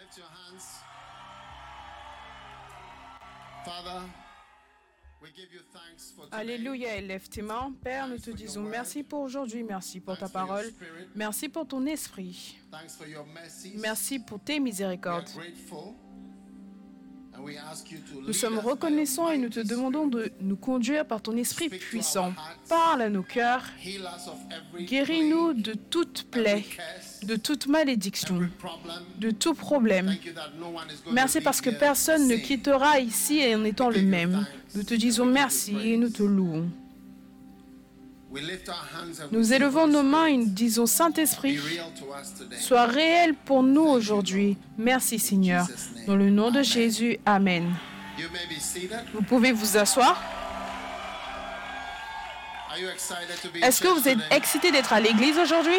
lift your hands. Father, we give you thanks for today. Alléluia, élève tes mains. Père, nous te disons merci pour aujourd'hui, merci pour ta parole, merci pour ton esprit, Thanks for your mercies. merci pour tes We are miséricordes. grateful. And we ask you to Nous lead sommes us by reconnaissants your et nous te mighty demandons spirit. de nous conduire par ton esprit Speak to puissant. our hearts. Parle à nos cœurs, Heal us of every guéris-nous plague, de toute every plaie, curse, de toute malédiction, every problem. de tout problème. Thank you that no one is going Merci to parce que leave here personne ne same. quittera ici en étant le même. Nous te disons merci et nous te louons. We lift our hands and we Nous say, élevons Holy nos mains Spirit, et nous disons be Saint-Esprit, real to us today. sois réel pour nous aujourd'hui. Merci Seigneur. Dans le nom de Jésus, Amen. You may be seated. Vous pouvez vous asseoir. Are you excited to be in Est-ce que church vous êtes today? excité d'être à l'église aujourd'hui?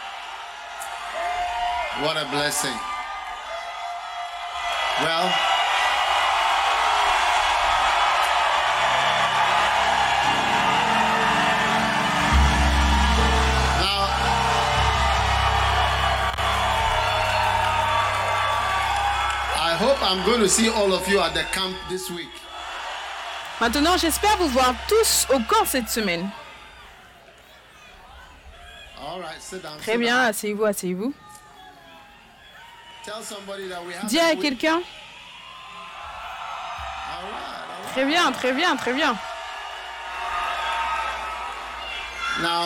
What a blessing. Well, now, I hope I'm going to see all of you at the camp this week. Maintenant, j'espère vous voir tous au camp cette semaine. All right, sit down. Très sit bien, down. asseyez-vous, asseyez-vous. Tell somebody that we have Dis a à week. quelqu'un. All right. Très bien, très bien, très bien. Now,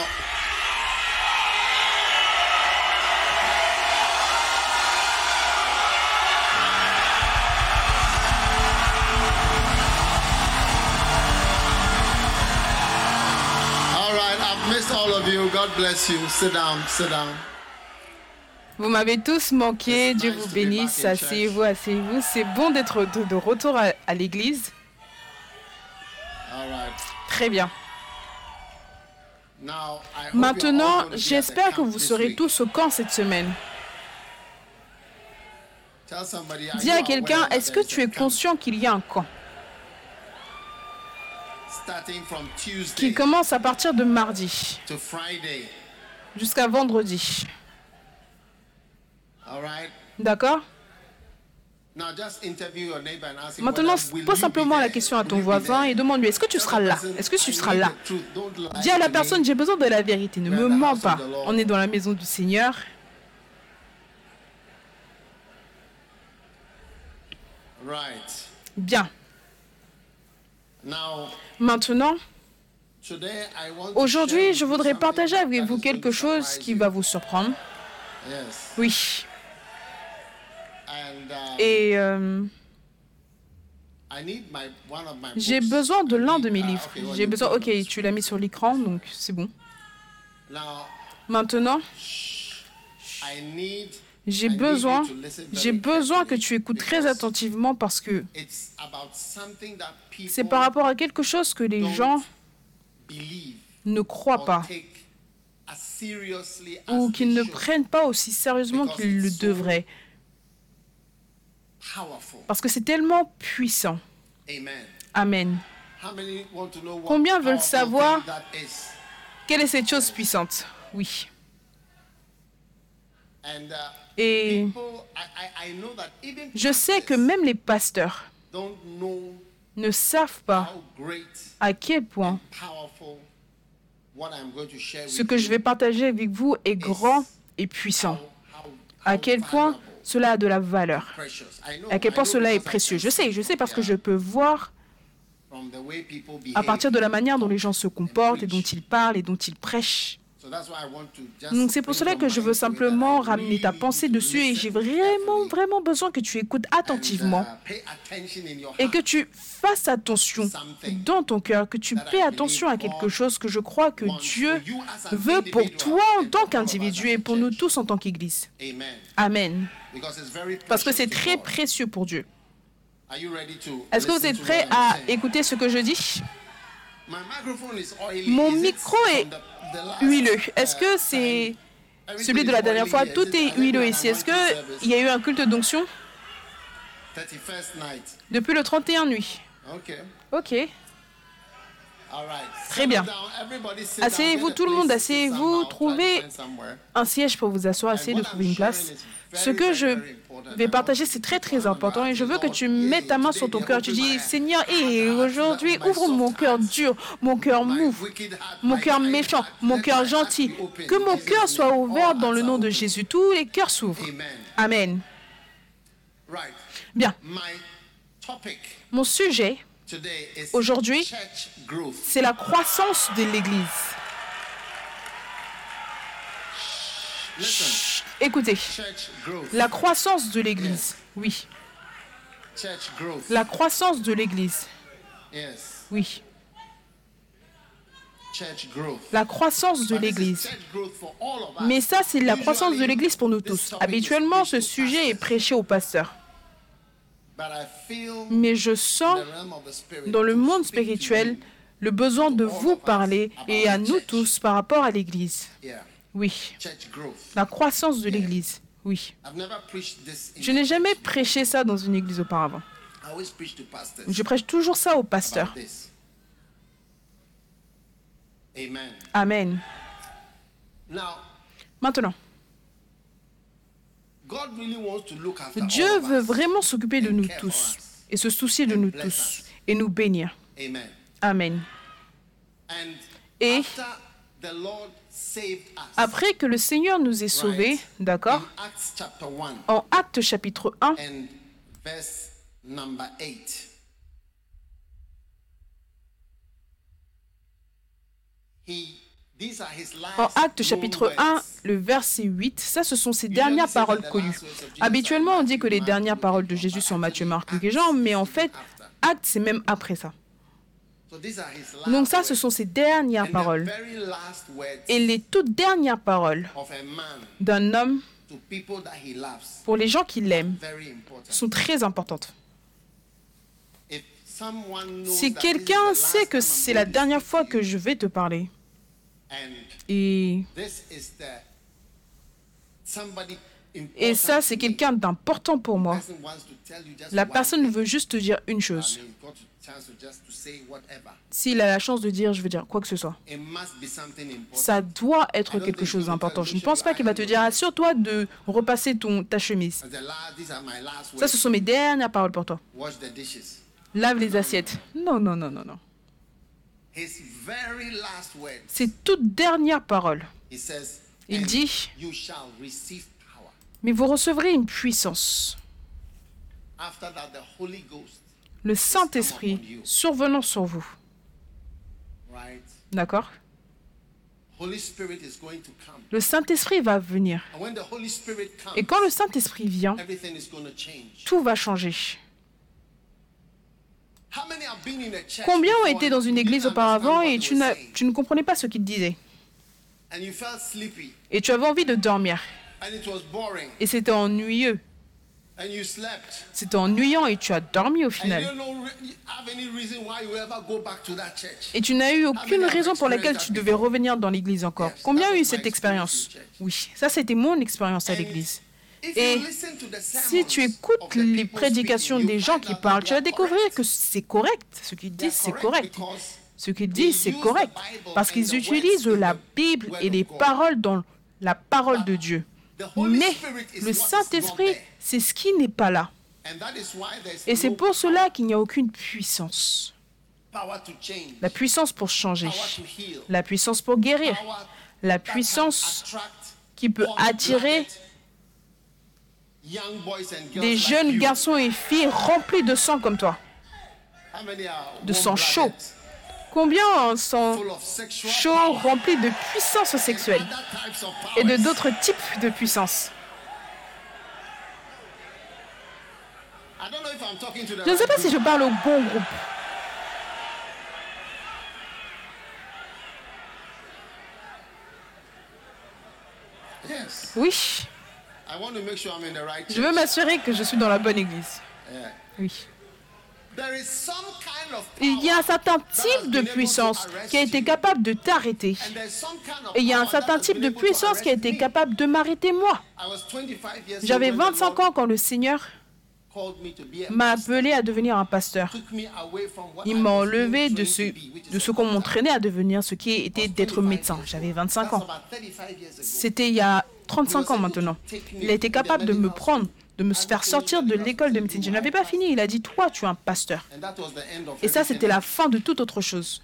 all right, I've missed all of you. God bless you. Sit down, sit down. Vous m'avez tous manqué. Dieu vous bénisse. Asseyez-vous, asseyez-vous. C'est bon d'être de retour à l'église. All right. Très bien. Now, I hope you're all Maintenant, going to be at the j'espère que camp vous this serez week. tous au camp cette semaine. Tell somebody, are Dis you à aware quelqu'un, that est-ce que there's tu a es camp conscient qu'il y a un camp starting from qui Tuesday commence à partir de mardi to Friday? jusqu'à vendredi? All right. D'accord? Now, just interview your neighbor and ask him Maintenant, whether will pose you simplement be la there? question à ton Will you be voisin there? et demande-lui, est-ce que tu Tell seras the là? person, Est-ce que tu I seras need là? the truth. Don't lie Dis à la to me. personne, j'ai besoin de la vérité, ne me mens pas. On est dans la maison du Seigneur. Right. Bien. Now, Maintenant, today I want to share aujourd'hui, with je you voudrais something partager that avec is vous going quelque to chose surprise qui you. va vous surprendre. Yes. Oui. And Et I need one of my j'ai books. besoin de I l'un need- de mes ah, livres. okay, well, J'ai you besoin... put Ok, it on the tu l'as mis sur l'écran, donc c'est bon. Now, Maintenant, I need j'ai I need besoin... you to listen very J'ai besoin que carefully tu écoutes très because attentivement parce que it's about something that c'est people par rapport à quelque chose que les don't gens believe ne croient or pas take as seriously ou as qu'ils they ne should. prennent pas aussi sérieusement Because qu'ils le it's so devraient. Powerful. Parce que c'est tellement puissant. Amen. Amen. How many want to know what Combien veulent powerful savoir thing that is? Quelle est cette chose puissante? Oui. And Et people, I know that even je sais que pastors même les pasteurs don't know ne savent pas how great à quel point powerful what I'm going to share ce with que je vais you, partager avec vous est grand et puissant. À quel point cela a de la valeur. precious. I know, À quel I point know cela est because I précieux. can Je sais parce que yeah, je peux voir from the way people à behave. partir de la manière dont les gens se comportent et dont ils parlent et dont ils prêchent. So that's why I want to just Donc c'est pour bring cela your que je mind veux to it, that simplement I ramener ta really pensée need to dessus et listen j'ai carefully vraiment besoin que tu écoutes and, attentivement pay attention in your et que heart. tu fasses attention dans ton cœur, que tu paies attention à quelque chose que je crois que Dieu veut pour toi en tant qu'individu et pour nous tous en tant qu'Église. Amen. Amen. Because it's very Parce que precious c'est to très God. précieux pour Dieu. Are you ready to Est-ce que vous listen êtes to prêts what I'm à saying? écouter ce que je dis? My microphone is oily. Mon Is it micro from est the last, huileux. Est-ce que c'est time? celui de la dernière fois? Tout est huileux ici. Est-ce qu'il y a eu un culte d'onction 31st night. depuis le 31 nuit? Okay. Ok. Très bien. Asseyez-vous, tout le monde, asseyez-vous, trouvez un siège pour vous asseoir, essayez de trouver une place. Ce que je vais partager, c'est très très important et je veux que tu mettes ta main sur ton cœur. Tu dis, Seigneur, aujourd'hui, ouvre mon cœur dur, mon cœur mou, mon cœur méchant, mon cœur gentil. Que mon cœur soit ouvert dans le nom de Jésus. Tous les cœurs s'ouvrent. Amen. Bien. Mon sujet aujourd'hui, c'est la croissance de l'Église. Chut, écoutez, la croissance de l'Église, oui. La croissance de l'Église, oui. La croissance de l'Église. Mais ça, c'est la croissance de l'Église pour nous tous. Habituellement, ce sujet est prêché aux pasteurs. Mais je sens dans le monde spirituel le besoin de vous parler et à nous tous par rapport à l'Église. Oui. La croissance de l'Église. Oui. Je n'ai jamais prêché ça dans une église auparavant. Je prêche toujours ça aux pasteurs. Amen. Maintenant, Dieu veut vraiment s'occuper de nous tous et se soucier de nous tous et nous bénir. Amen. Et après que le Seigneur nous ait sauvés, d'accord, en Actes chapitre 1, en Actes chapitre 1, le verset 8, ça ce sont ses dernières paroles connues. Habituellement, on dit que les dernières paroles de Jésus sont Matthieu, Marc, Luc et Jean, mais en fait, Actes, c'est même après ça. Donc ça, ce sont ses dernières paroles. Et les toutes dernières paroles d'un homme pour les gens qui l'aiment sont très importantes. Si quelqu'un sait que c'est la dernière fois que je vais te parler, et ça, c'est quelqu'un d'important pour moi, la personne veut juste te dire une chose. S'il a la chance de dire, je veux dire quoi que ce soit, ça doit être quelque chose d'important. Je ne pense pas qu'il va te dire, assure-toi de repasser ta chemise. Ça, ce sont mes dernières paroles pour toi. Lave les assiettes. Non, non, non, non, non. Ses toutes dernières paroles. Il dit, mais vous recevrez une puissance. Le Saint-Esprit survenant sur vous. D'accord? Le Saint-Esprit va venir. Et quand le Saint-Esprit vient, tout va changer. Combien ont été dans une église auparavant et tu ne comprenais pas ce qu'il disait? Et tu avais envie de dormir. Et c'était ennuyeux. C'était ennuyant et tu as dormi au final. Et tu n'as eu aucune raison pour laquelle tu devais revenir dans l'église encore. Combien a eu cette expérience? Oui, ça c'était mon expérience à l'église. Et si tu écoutes les prédications des gens qui parlent, tu vas découvrir que c'est correct. Ce qu'ils disent, c'est correct. Ce qu'ils disent, c'est correct. Parce qu'ils utilisent la Bible et les paroles dans la parole de Dieu. Mais le Saint-Esprit, c'est ce qui n'est pas là. Et c'est pour cela qu'il n'y a aucune puissance. La puissance pour changer. La puissance pour guérir. La puissance qui peut attirer des jeunes garçons et filles remplis de sang comme toi. De sang chaud. Combien ont un sang chaud rempli de puissance sexuelle et de d'autres types de puissance? Je ne sais pas si je parle au bon groupe. Oui. Je veux m'assurer que je suis dans la bonne église. Oui. Il y a un certain type de puissance qui a été capable de t'arrêter. Et il y a un certain type de puissance qui a été capable de m'arrêter moi. J'avais 25 ans quand le Seigneur m'a appelé à devenir un pasteur. Il m'a enlevé de ce qu'on m'entraînait à devenir, ce qui était d'être médecin. J'avais 25 ans. C'était il y a 35 ans maintenant. Il a été capable de me prendre, de me faire sortir de l'école de médecine. Je n'avais pas fini. Il a dit, toi, tu es un pasteur. Et ça, c'était la fin de toute autre chose.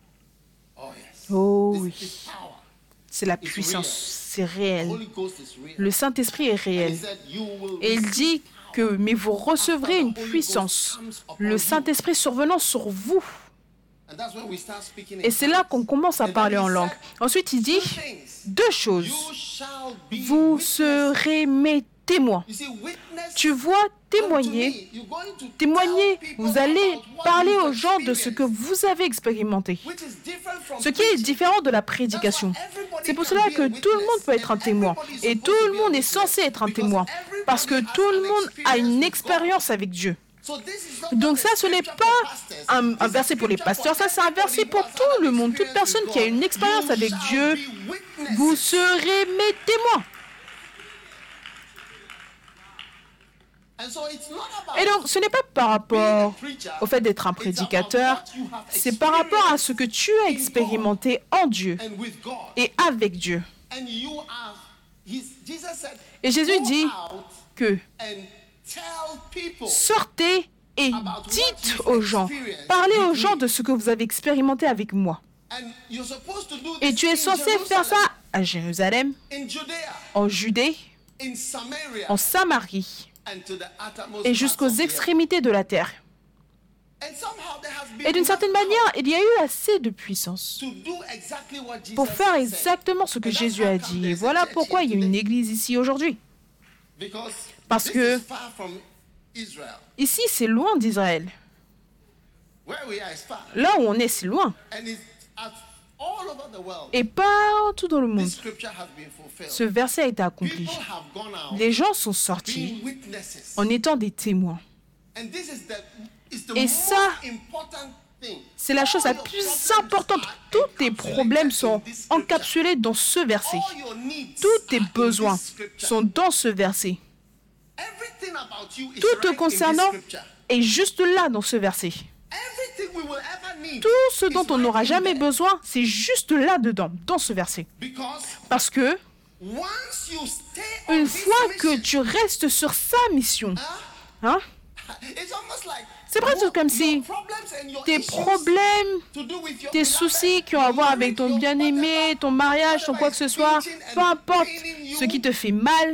Oh oui. C'est la puissance. C'est réel. Le Saint-Esprit est réel. Et il dit que, mais vous recevrez une puissance. Le Saint-Esprit survenant sur vous. Et c'est là qu'on commence à parler en langue. Ensuite, il dit deux choses. Vous serez mes témoins. Tu vois, témoigner, vous allez parler aux gens de ce que vous avez expérimenté. Ce qui est différent de la prédication. C'est pour cela que tout le monde peut être un témoin. Et tout le monde est censé être un témoin. Parce que tout le monde a une expérience avec Dieu. Donc ça, ce n'est pas un verset pour les pasteurs, ça c'est un verset pour tout le monde. Toute personne qui a une expérience avec Dieu, vous serez mes témoins. Et donc, ce n'est pas par rapport au fait d'être un prédicateur, c'est par rapport à ce que tu as expérimenté en Dieu et avec Dieu. Et Jésus dit que sortez et dites aux gens, parlez aux gens de ce que vous avez expérimenté avec moi. Et tu es censé faire ça à Jérusalem, en Judée, en Samarie et jusqu'aux extrémités de la terre. Et d'une certaine manière, il y a eu assez de puissance pour faire exactement ce que Jésus a dit. Et voilà pourquoi il y a une église ici aujourd'hui. Parce que ici, c'est loin d'Israël. Là où on est, c'est loin. Et partout dans le monde, ce verset a été accompli. Les gens sont sortis en étant des témoins. Et ça, c'est la chose la plus importante. Tous tes problèmes sont encapsulés dans ce verset. Tous tes besoins sont dans ce verset. Tout te concernant est juste là dans ce verset. Tout ce dont on n'aura jamais besoin, c'est juste là-dedans, dans ce verset. Parce que, une fois que tu restes sur sa mission, c'est presque comme si tes problèmes, tes soucis qui ont à voir avec ton bien-aimé, ton mariage, ton quoi que ce soit, peu importe ce qui te fait mal,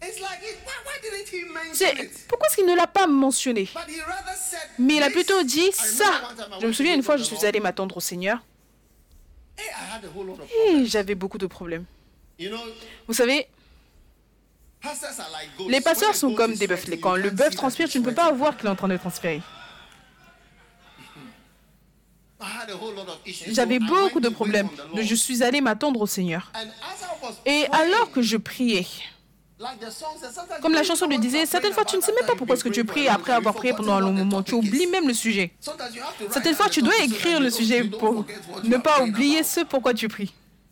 pourquoi est-ce qu'il ne l'a pas mentionné? Mais il a plutôt dit ça. Je me souviens une fois, je suis allée m'attendre au Seigneur et j'avais beaucoup de problèmes. Vous savez, les pasteurs sont comme des bœufs. Quand le bœuf transpire, tu ne peux pas voir qu'il est en train de transpirer. J'avais beaucoup de problèmes. Je suis allée m'attendre au Seigneur. Et alors que je priais, comme la chanson le disait, certaines fois tu ne sais même pas pourquoi est-ce que tu pries après avoir prié pendant un long moment. Tu oublies même le sujet. Certaines fois tu dois écrire le sujet pour ne pas oublier ce pourquoi tu pries.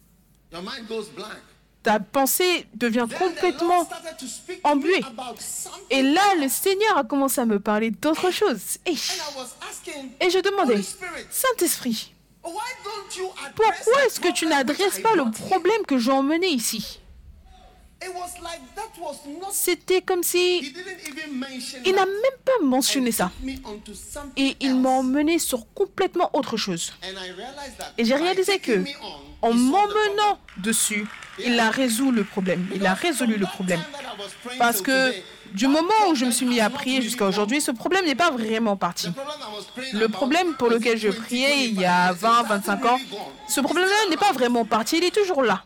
Ta pensée devient complètement embuée. Et là, le Seigneur a commencé à me parler d'autre chose. Et je demandais, Saint-Esprit, pourquoi est-ce que tu n'adresses pas le problème que j'ai emmené ici? C'était comme si il n'a même pas mentionné ça. Et il m'a emmené sur complètement autre chose. Et j'ai réalisé que, en m'emmenant dessus, il a résolu le problème. Il a résolu le problème. Parce que du moment où je me suis mis à prier jusqu'à aujourd'hui, ce problème n'est pas vraiment parti. Le problème pour lequel je priais il y a 20, 25 ans, ce problème-là n'est pas vraiment parti. Il est toujours là.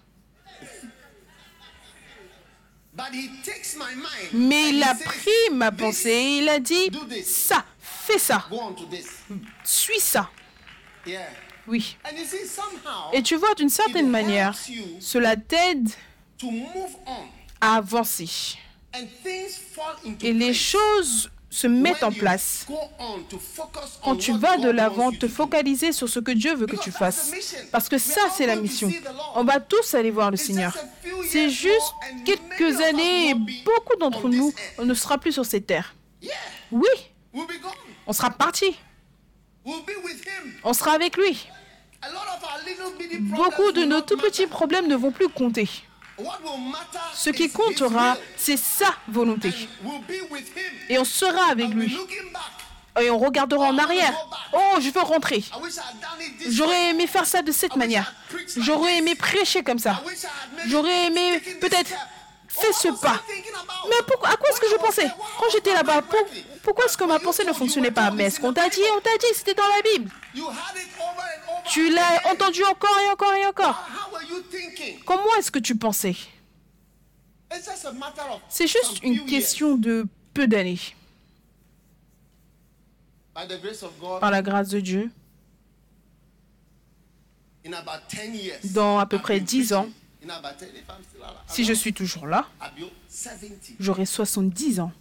Mais il a pris ma pensée et il a dit, ça, fais ça, suis ça. Oui. Et tu vois, d'une certaine manière, cela t'aide à avancer. Et les choses se mettent en place quand tu vas de l'avant, te focaliser sur ce que Dieu veut que tu fasses. Parce que ça, c'est la mission. On va tous aller voir le Seigneur. C'est juste quelques années et beaucoup d'entre nous, on ne sera plus sur cette terre. Oui, on sera parti. On sera avec lui. Beaucoup de nos tout petits problèmes ne vont plus compter. Ce qui comptera, c'est sa volonté. Et on sera avec lui. Et on regardera en arrière. Oh, je veux rentrer. J'aurais aimé faire ça de cette manière. J'aurais aimé prêcher comme ça. J'aurais aimé peut-être faire ce pas. Mais à quoi est-ce que je pensais? Quand j'étais là-bas, pourquoi est-ce que ma pensée ne fonctionnait pas? Mais est-ce qu'on t'a dit? On t'a dit, c'était dans la Bible. Tu l'as entendu encore et encore et encore. Comment est-ce que tu pensais? C'est juste une question de peu d'années. Par la grâce de Dieu, dans à peu près 10 ans, si je suis toujours là, j'aurai 70 ans.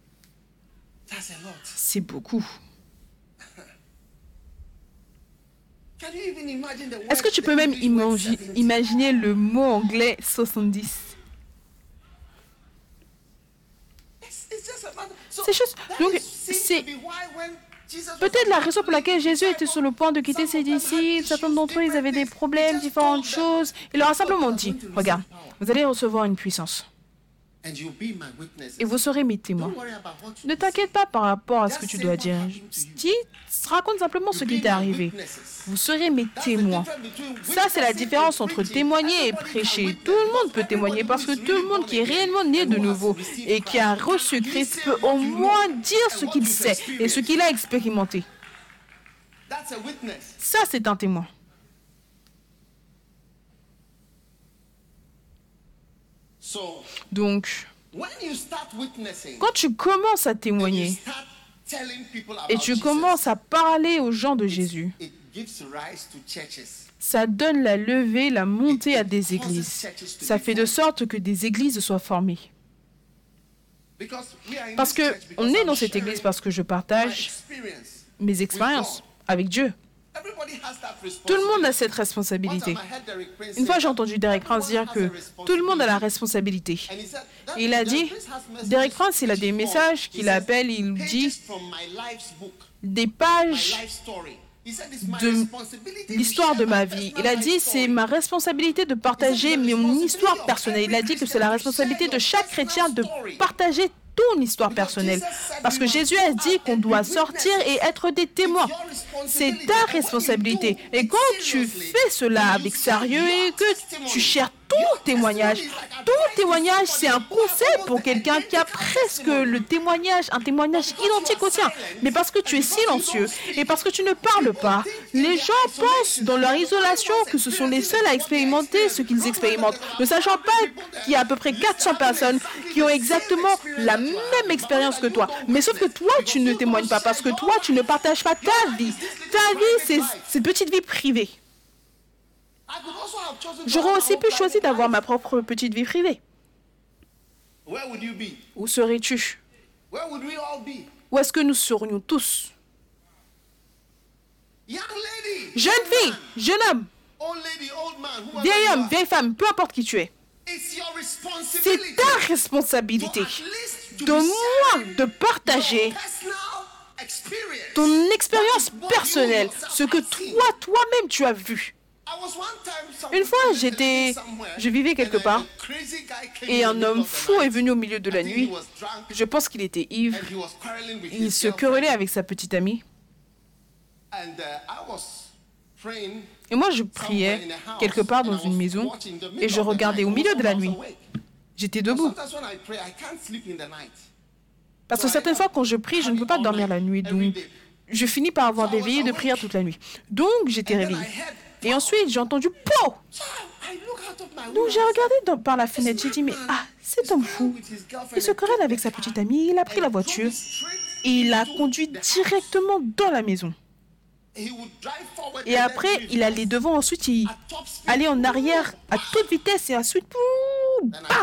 C'est beaucoup. Est-ce que tu peux même imaginer le mot anglais 70? C'est juste... Donc, c'est peut-être la raison pour laquelle Jésus était sur le point de quitter ses disciples. Certains d'entre eux, ils avaient des problèmes, différentes choses. Il leur a simplement dit, regarde, vous allez recevoir une puissance. Et vous serez mes témoins. Ne t'inquiète pas par rapport à ce que tu dois dire. Raconte simplement ce qui t'est arrivé. Vous serez mes témoins. Ça, c'est la différence entre témoigner et prêcher. Tout le monde peut témoigner parce que tout le monde qui est réellement né de nouveau et qui a reçu Christ peut au moins dire ce qu'il sait et ce qu'il a expérimenté. Ça, c'est un témoin. Donc, quand tu commences à témoigner et tu commences à parler aux gens de Jésus, ça donne la levée, la montée à des églises. Ça fait de sorte que des églises soient formées. Parce qu'on est dans cette église parce que je partage mes expériences avec Dieu. Tout le monde a cette responsabilité. Une fois, j'ai entendu Derek Prince dire que tout le monde a la responsabilité. Et il a dit, Derek Prince, il a des messages qu'il appelle, il dit, des pages de l'histoire de ma vie. Il a dit, c'est ma responsabilité de partager mon histoire personnelle. Il a dit que c'est la responsabilité de chaque chrétien de partager ton histoire personnelle. Parce que Jésus a dit qu'on doit sortir et être des témoins. C'est ta responsabilité. Et quand tu fais cela avec sérieux et que tu cherches ton témoignage, c'est un conseil pour quelqu'un qui a presque un témoignage identique au tien. Mais parce que tu es silencieux et parce que tu ne parles pas, les gens pensent dans leur isolation que ce sont les seuls à expérimenter ce qu'ils expérimentent, ne sachant pas qu'il y a à peu près 400 personnes qui ont exactement la même expérience que toi. Mais sauf que toi, tu ne témoignes pas parce que toi, tu ne partages pas ta vie. Ta vie, c'est une petite vie privée. J'aurais aussi pu choisir d'avoir ma propre petite vie privée. Où serais-tu? Où est-ce que nous serions tous? Jeune fille, jeune homme, vieil homme, vieille femme, peu importe qui tu es. C'est ta responsabilité de moi de partager ton expérience personnelle, ce que toi-même tu as vu. Une fois, je vivais quelque part et un homme fou est venu au milieu de la nuit. Je pense qu'il était ivre. Il se querellait avec sa petite amie. Et moi, je priais quelque part dans une maison et je regardais au milieu de la nuit. J'étais debout. Parce que certaines fois, quand je prie, je ne peux pas dormir la nuit. Donc, je finis par avoir des veillées de prière toute la nuit. Donc, j'étais réveillée. Et ensuite, j'ai entendu « Po !» Donc, j'ai regardé par la fenêtre. J'ai dit « Mais cet homme fou, il se querelle avec sa petite amie. Il a pris la voiture et il l'a conduit directement dans la maison. Et après, il allait devant. Ensuite, il allait en arrière à toute vitesse. Et ensuite, bam !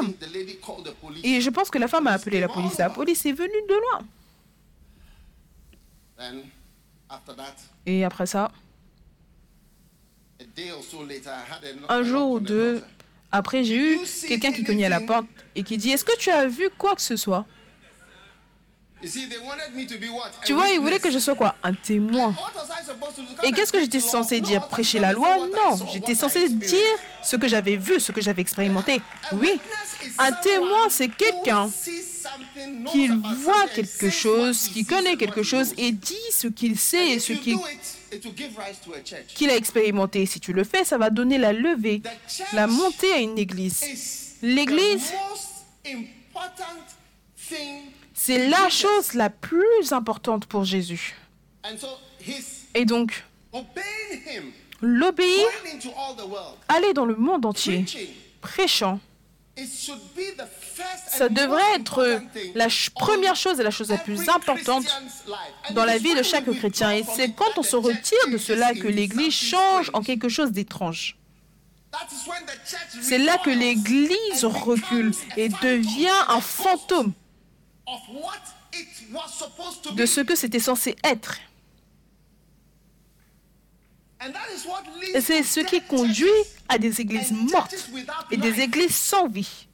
Et je pense que la femme a appelé la police. La police est venue de loin. Et après ça, un jour ou deux après, j'ai eu quelqu'un qui cognait à la porte et qui dit « Est-ce que tu as vu quoi que ce soit ?» Tu vois, ils voulaient que je sois quoi? Un témoin. Et qu'est-ce que j'étais censé dire? Prêcher la loi? Non, j'étais censé dire ce que j'avais vu, ce que j'avais expérimenté. Oui, un témoin, c'est quelqu'un qui voit quelque chose, qui connaît quelque chose et dit ce qu'il sait et ce qu'il a expérimenté. Si tu le fais, ça va donner la levée, la montée à une église. L'église, c'est la chose la plus importante pour Jésus. Et donc, l'obéir, aller dans le monde entier, prêchant, ça devrait être la première chose et la chose la plus importante dans la vie de chaque chrétien. Et c'est quand on se retire de cela que l'Église change en quelque chose d'étrange. C'est là que l'Église recule et devient un fantôme de ce que c'était censé être. Et c'est ce qui conduit à des églises mortes et des églises sans vie.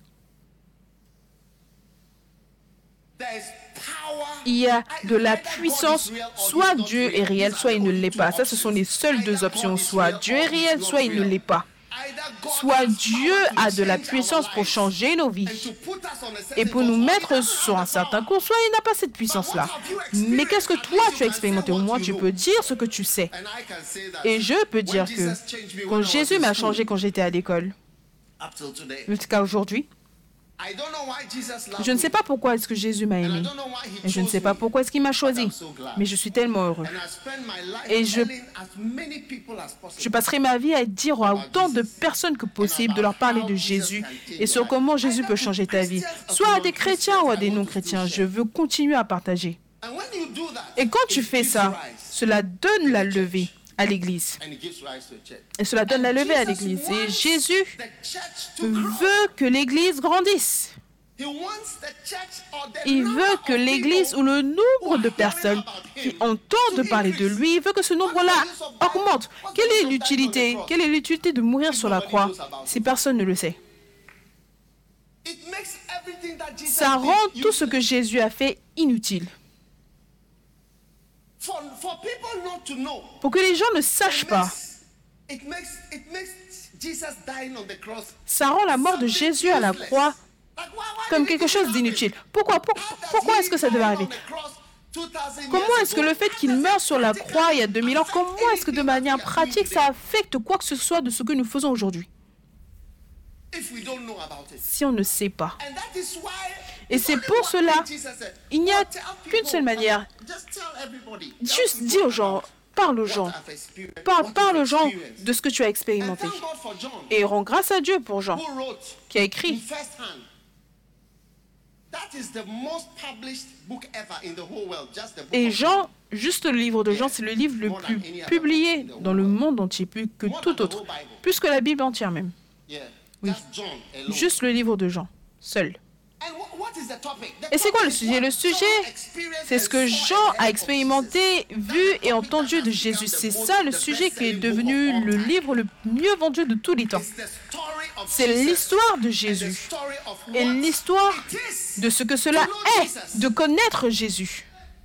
Il y a de la puissance, soit Dieu est réel, soit il ne l'est pas. Ça, ce sont les seules deux options. Soit Dieu est réel, soit il ne l'est pas. Soit Dieu a de la puissance pour changer nos vies et pour nous mettre sur un certain cours, soit il n'a pas cette puissance-là. Mais qu'est-ce que toi tu as expérimenté? Au moins tu peux dire ce que tu sais. Et je peux dire que quand Jésus m'a changé quand j'étais à l'école, jusqu'à aujourd'hui, je ne sais pas pourquoi est-ce que Jésus m'a aimé. Et je ne sais pas pourquoi est-ce qu'il m'a choisi. Mais je suis tellement heureux. Et je passerai ma vie à dire à autant de personnes que possible, de leur parler de Jésus et sur comment Jésus peut changer ta vie. Soit à des chrétiens ou à des non-chrétiens. Je veux continuer à partager. Et quand tu fais ça, cela donne la levée à l'Église. Et cela donne la levée à l'Église. Et Jésus veut que l'Église grandisse. Il veut que l'Église ou le nombre de personnes qui entendent parler de lui, il veut que ce nombre-là augmente. Quelle est l'utilité? Quelle est l'utilité de mourir sur la croix si personne ne le sait? Ça rend tout ce que Jésus a fait inutile. Pour que les gens ne sachent pas, ça rend la mort de Jésus à la croix comme quelque chose d'inutile. Pourquoi est-ce que ça devait arriver? Comment est-ce que le fait qu'il meure sur la croix il y a 2000 ans, comment est-ce que de manière pratique ça affecte quoi que ce soit de ce que nous faisons aujourd'hui? Si on ne sait pas. Et c'est pour cela, il n'y a qu'une seule manière. Juste dis aux gens, parle aux gens. Parle aux gens de ce que tu as expérimenté. Et rends grâce à Dieu pour Jean, qui a écrit. Et Jean, juste le livre de Jean, c'est le livre le plus publié dans le monde entier, plus que tout autre. Plus que la Bible entière même. Oui, juste le livre de Jean, seul. Et c'est quoi le sujet? Le sujet, c'est ce que Jean a expérimenté, vu et entendu de Jésus. C'est ça le sujet qui est devenu le livre le mieux vendu de tous les temps. C'est l'histoire de Jésus et l'histoire de ce que cela est de connaître Jésus.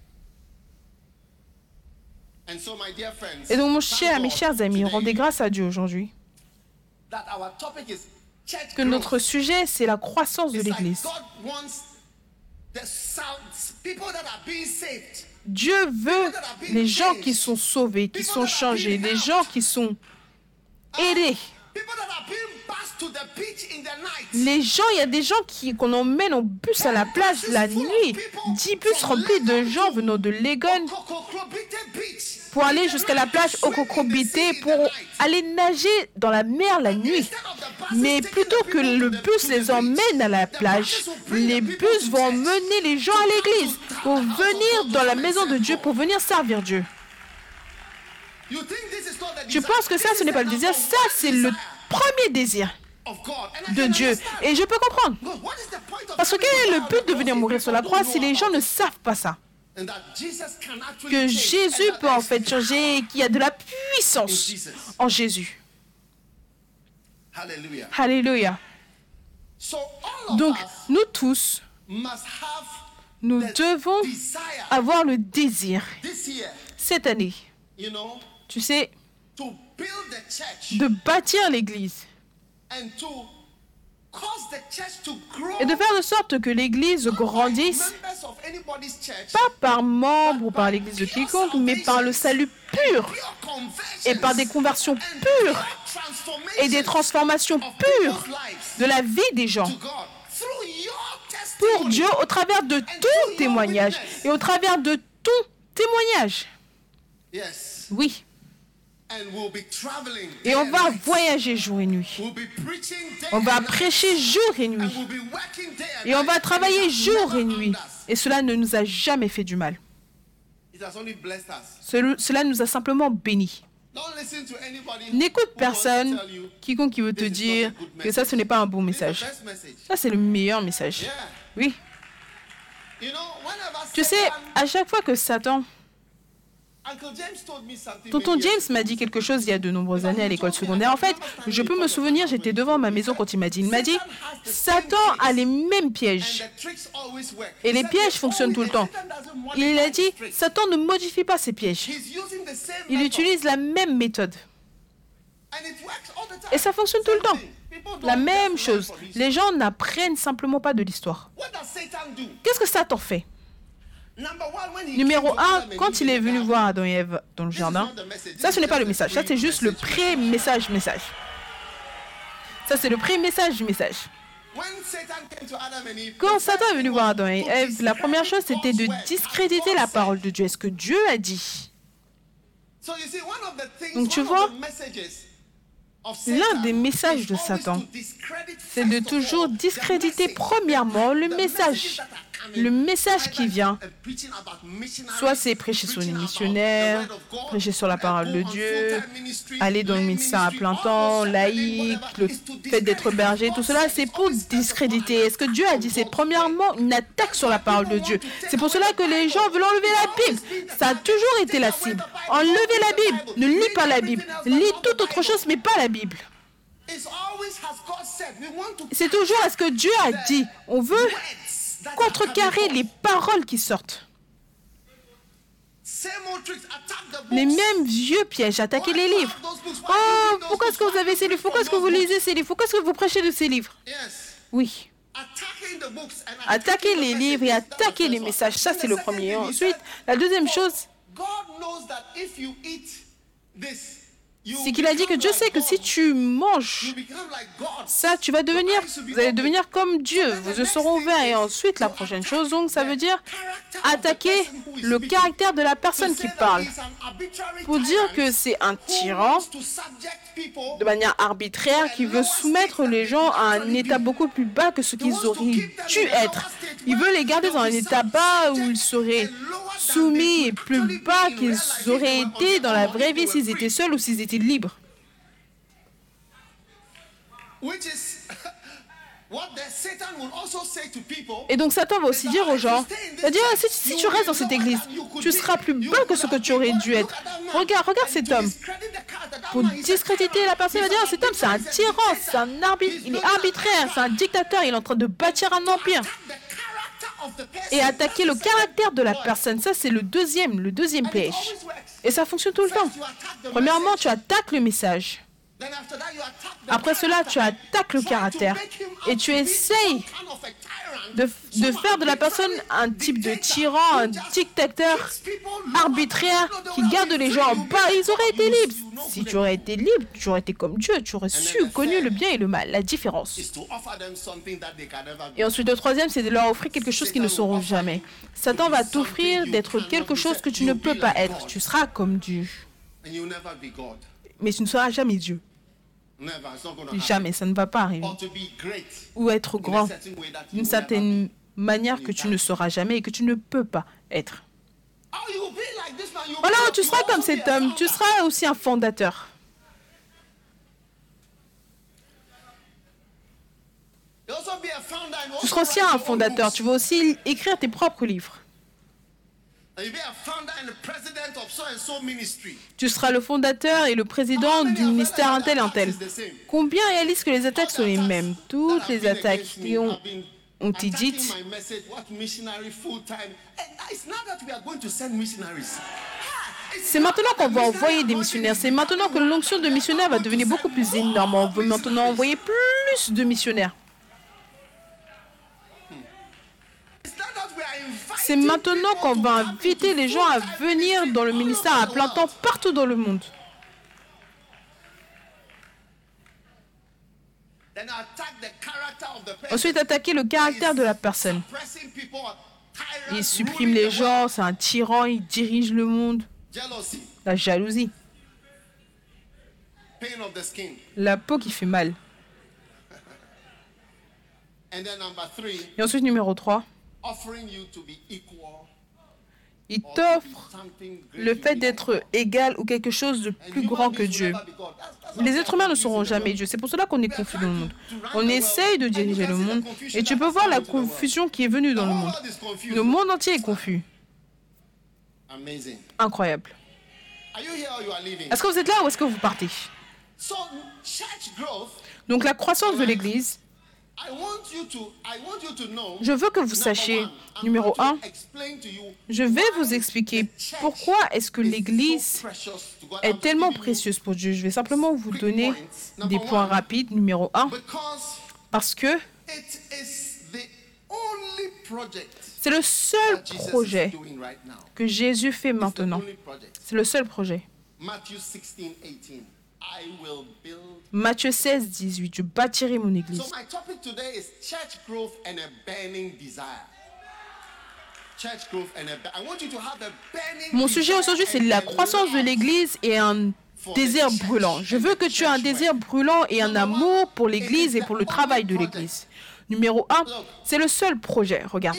Et donc, mes chers amis, rendez grâce à Dieu aujourd'hui que notre sujet, c'est la croissance de l'Église. Dieu veut les gens qui sont sauvés, qui sont changés, les gens qui sont aidés. Les gens, il y a des gens qu'on emmène en bus à la plage la nuit. 10 bus remplis de gens venant de Legon pour aller jusqu'à la plage Okokrobité pour aller nager dans la mer la nuit. Mais plutôt que le bus les emmène à la plage, les bus vont emmener les gens à l'église pour venir dans la maison de Dieu, pour venir servir Dieu. Je pense que ça, ce n'est pas le désir. Ça, c'est le premier désir de Dieu. Et je peux comprendre. Parce que quel est le but de venir mourir sur la croix si les gens ne savent pas ça? Que Jésus peut en fait changer, qu'il y a de la puissance en Jésus. Alléluia. Donc, nous tous, Nous devons avoir le désir, cette année, tu sais, de bâtir l'Église et de faire de sorte que l'Église grandisse, pas par membre ou par l'Église de quiconque, mais par le salut pur et par des conversions pures et des transformations pures de la vie des gens pour Dieu au travers de ton témoignage et au travers de ton témoignage. Oui. Et on va voyager jour et nuit. On va prêcher jour et nuit. Et on va travailler jour et nuit. Et cela ne nous a jamais fait du mal. Cela nous a simplement bénis. N'écoute personne, quiconque qui veut te dire que ça, ce n'est pas un bon message. Ça, c'est le meilleur message. Oui. Tu sais, à chaque fois que Satan... Tonton James m'a dit quelque chose il y a de nombreuses années à l'école secondaire. En fait, je peux me souvenir, j'étais devant ma maison quand il m'a dit, Satan a les mêmes pièges. Et les pièges fonctionnent tout le temps. Il a dit, Satan ne modifie pas ses pièges. Il utilise la même méthode. Et ça fonctionne tout le temps. La même chose. Les gens n'apprennent simplement pas de l'histoire. Qu'est-ce que Satan fait ? Numéro 1, quand il est venu voir Adam et Ève dans le jardin, ça ce n'est pas le message, ça c'est juste le pré-message. Ça c'est le pré-message du message. Quand Satan est venu voir Adam et Ève, la première chose c'était de discréditer la parole de Dieu. Est-ce que Dieu a dit? Donc tu vois, l'un des messages de Satan, c'est de toujours discréditer premièrement le message. Le message qui vient, soit c'est prêcher sur les missionnaires, prêcher sur la parole de Dieu, aller dans le ministère à plein temps, laïque, le fait d'être berger, tout cela, c'est pour discréditer. Est-ce que Dieu a dit? C'est premièrement une attaque sur la parole de Dieu. C'est pour cela que les gens veulent enlever la Bible. Ça a toujours été la cible. Enlevez la Bible. Ne lis pas la Bible. Lis toute autre chose, mais pas la Bible. C'est toujours est-ce que Dieu a dit. On veut contrecarrer les paroles qui sortent. Les mêmes vieux pièges, attaquer les livres. Oh, pourquoi est-ce que vous avez ces livres? Pourquoi est-ce que vous lisez ces livres? Pourquoi est-ce que vous prêchez de ces livres? Oui. Attaquer les livres et attaquer les messages, ça c'est le premier. Ensuite, la deuxième chose, c'est qu'il a dit que Dieu sait que si tu manges ça, vous allez devenir comme Dieu, vos yeux seront ouverts. Et ensuite, la prochaine chose, donc, ça veut dire attaquer le caractère de la personne qui parle. Pour dire que c'est un tyran, de manière arbitraire, qui veut soumettre les gens à un état beaucoup plus bas que ce qu'ils auraient dû être. Il veut les garder dans un état bas où ils seraient soumis et plus bas qu'ils auraient été dans la vraie vie s'ils étaient seuls ou s'ils étaient libres. Et donc Satan va aussi dire aux gens, c'est-à-dire si tu restes dans cette église, tu seras plus bas que ce que tu aurais dû être. Regarde cet homme. Pour discréditer la personne, il va dire, cet homme c'est un tyran, il est arbitraire, c'est un dictateur, il est en train de bâtir un empire. Et attaquer le caractère de la personne, ça c'est le deuxième piège. Et ça fonctionne tout le temps. Premièrement, tu attaques le message. Après cela, tu attaques le caractère. Et tu essayes de faire de la personne un type de tyran, un dictateur arbitraire qui garde les gens en bas. Ils auraient été libres. Si tu aurais été libre, tu aurais été comme Dieu. Tu aurais connu le bien et le mal, la différence. Et ensuite, le troisième, c'est de leur offrir quelque chose qu'ils ne sauront jamais. Satan va t'offrir d'être quelque chose que tu ne peux pas être. Tu seras comme Dieu. Mais tu ne seras jamais Dieu. Jamais, ça ne va pas arriver. Ou être grand d'une certaine manière que tu ne seras jamais et que tu ne peux pas être. Voilà, tu seras comme cet homme, tu seras aussi un fondateur. Tu seras aussi un fondateur, tu vas aussi écrire tes propres livres. Tu seras le fondateur et le président du ministère un tel. Combien réalisent que les attaques sont les mêmes? Toutes les attaques qui ont ont dit c'est maintenant qu'on va envoyer des missionnaires. C'est maintenant que l'onction de missionnaire va devenir beaucoup plus énorme. On veut maintenant envoyer plus de missionnaires. C'est maintenant qu'on va inviter les gens à venir dans le ministère à plein temps partout dans le monde. Ensuite, attaquer le caractère de la personne. Il supprime les gens, c'est un tyran, il dirige le monde. La jalousie. La peau qui fait mal. Et ensuite, numéro 3. Il t'offre le fait d'être égal ou quelque chose de plus grand que Dieu. Les êtres humains ne seront jamais Dieu. C'est pour cela qu'on est confus dans le monde. On essaye de diriger le monde et tu peux voir la confusion qui est venue dans le monde. Le monde entier est confus. Incroyable. Est-ce que vous êtes là ou est-ce que vous partez? Donc la croissance de l'Église, je veux que vous sachiez, numéro 1, je vais vous expliquer pourquoi est-ce que l'Église est tellement précieuse pour Dieu. Je vais simplement vous donner des points rapides. Numéro 1, parce que c'est le seul projet que Jésus fait maintenant. C'est le seul projet. Matthieu 16, 18. Je bâtirai mon église. Mon sujet aujourd'hui, c'est la croissance de l'église et un désir brûlant. Je veux que tu aies un désir brûlant et un amour pour l'église et pour le travail de l'église. Numéro 1, c'est le seul projet. Regarde.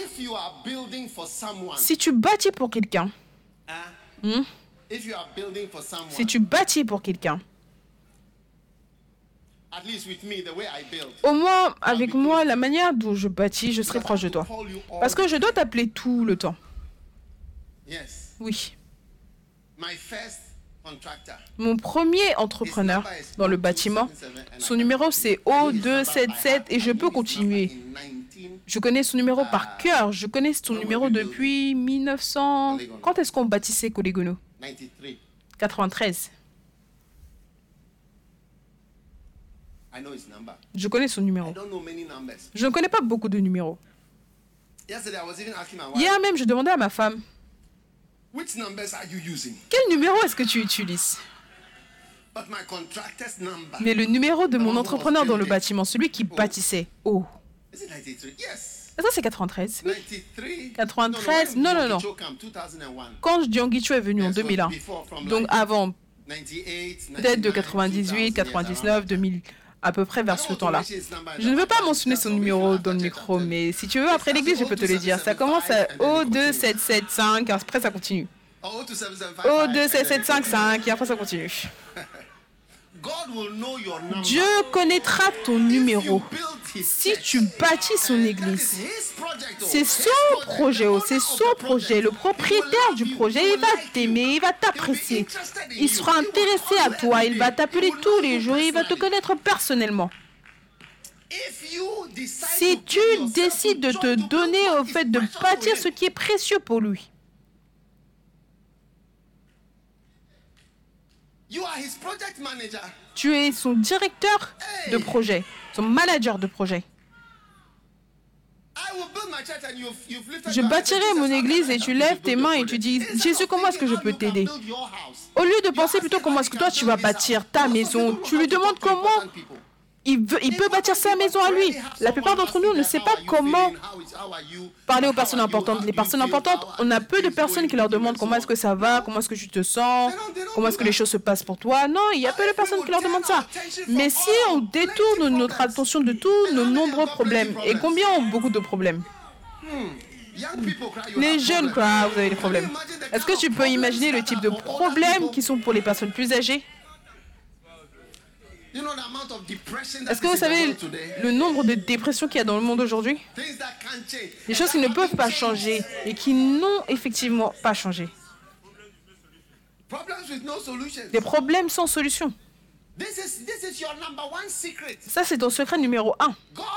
Si tu bâtis pour quelqu'un, si tu bâtis pour quelqu'un, au moins avec moi, la manière dont je bâtis, je serai proche de toi. Parce que je dois t'appeler tout le temps. Oui. Mon premier entrepreneur dans le bâtiment, son numéro c'est O277 et je peux continuer. Je connais son numéro par cœur. Je connais son numéro depuis 1900... Quand est-ce qu'on bâtissait Colégono? 93. Je connais son numéro. Je ne connais pas beaucoup de numéros. Hier même, je demandais à ma femme, quel numéro est-ce que tu utilises? Mais le numéro de mon entrepreneur dans le bâtiment, celui qui bâtissait. Oh. Ça, c'est 93. 93. Non. Quand Dianguicho est venu en 2001, donc avant, peut-être de 98, 99, 2000, à peu près vers ce temps-là. Je ne veux pas mentionner son numéro dans le micro, mais si tu veux, après l'église, je peux te le dire. Ça commence à O2775, après ça continue. O27755, et après ça continue. Dieu connaîtra ton numéro si tu bâtis son église. C'est son projet, c'est son projet. Le propriétaire du projet, il va t'aimer, il va t'apprécier. Il sera intéressé à toi, il va t'appeler tous les jours, il va te connaître personnellement. Si tu décides de te donner au fait de bâtir ce qui est précieux pour lui, tu es son directeur de projet, son manager de projet. Je bâtirai mon église et tu lèves tes mains et tu dis, Jésus, comment est-ce que je peux t'aider? Au lieu de penser plutôt comment est-ce que toi tu vas bâtir ta maison, tu lui demandes comment il peut bâtir sa maison à lui. La plupart d'entre nous ne savent pas comment parler aux personnes importantes. Les personnes importantes, on a peu de personnes qui leur demandent comment est-ce que ça va, comment est-ce que tu te sens, comment est-ce que les choses se passent pour toi. Non, il y a peu de personnes qui leur demandent ça. Mais si on détourne notre attention de tous nos nombreux problèmes, et combien ont beaucoup de problèmes? Les jeunes, quoi, vous avez des problèmes. Est-ce que tu peux imaginer le type de problèmes qui sont pour les personnes plus âgées? Est-ce que vous savez le nombre de dépressions qu'il y a dans le monde aujourd'hui? Des choses qui ne peuvent pas changer et qui n'ont effectivement pas changé. Des problèmes sans solution. Ça, c'est ton secret numéro 1.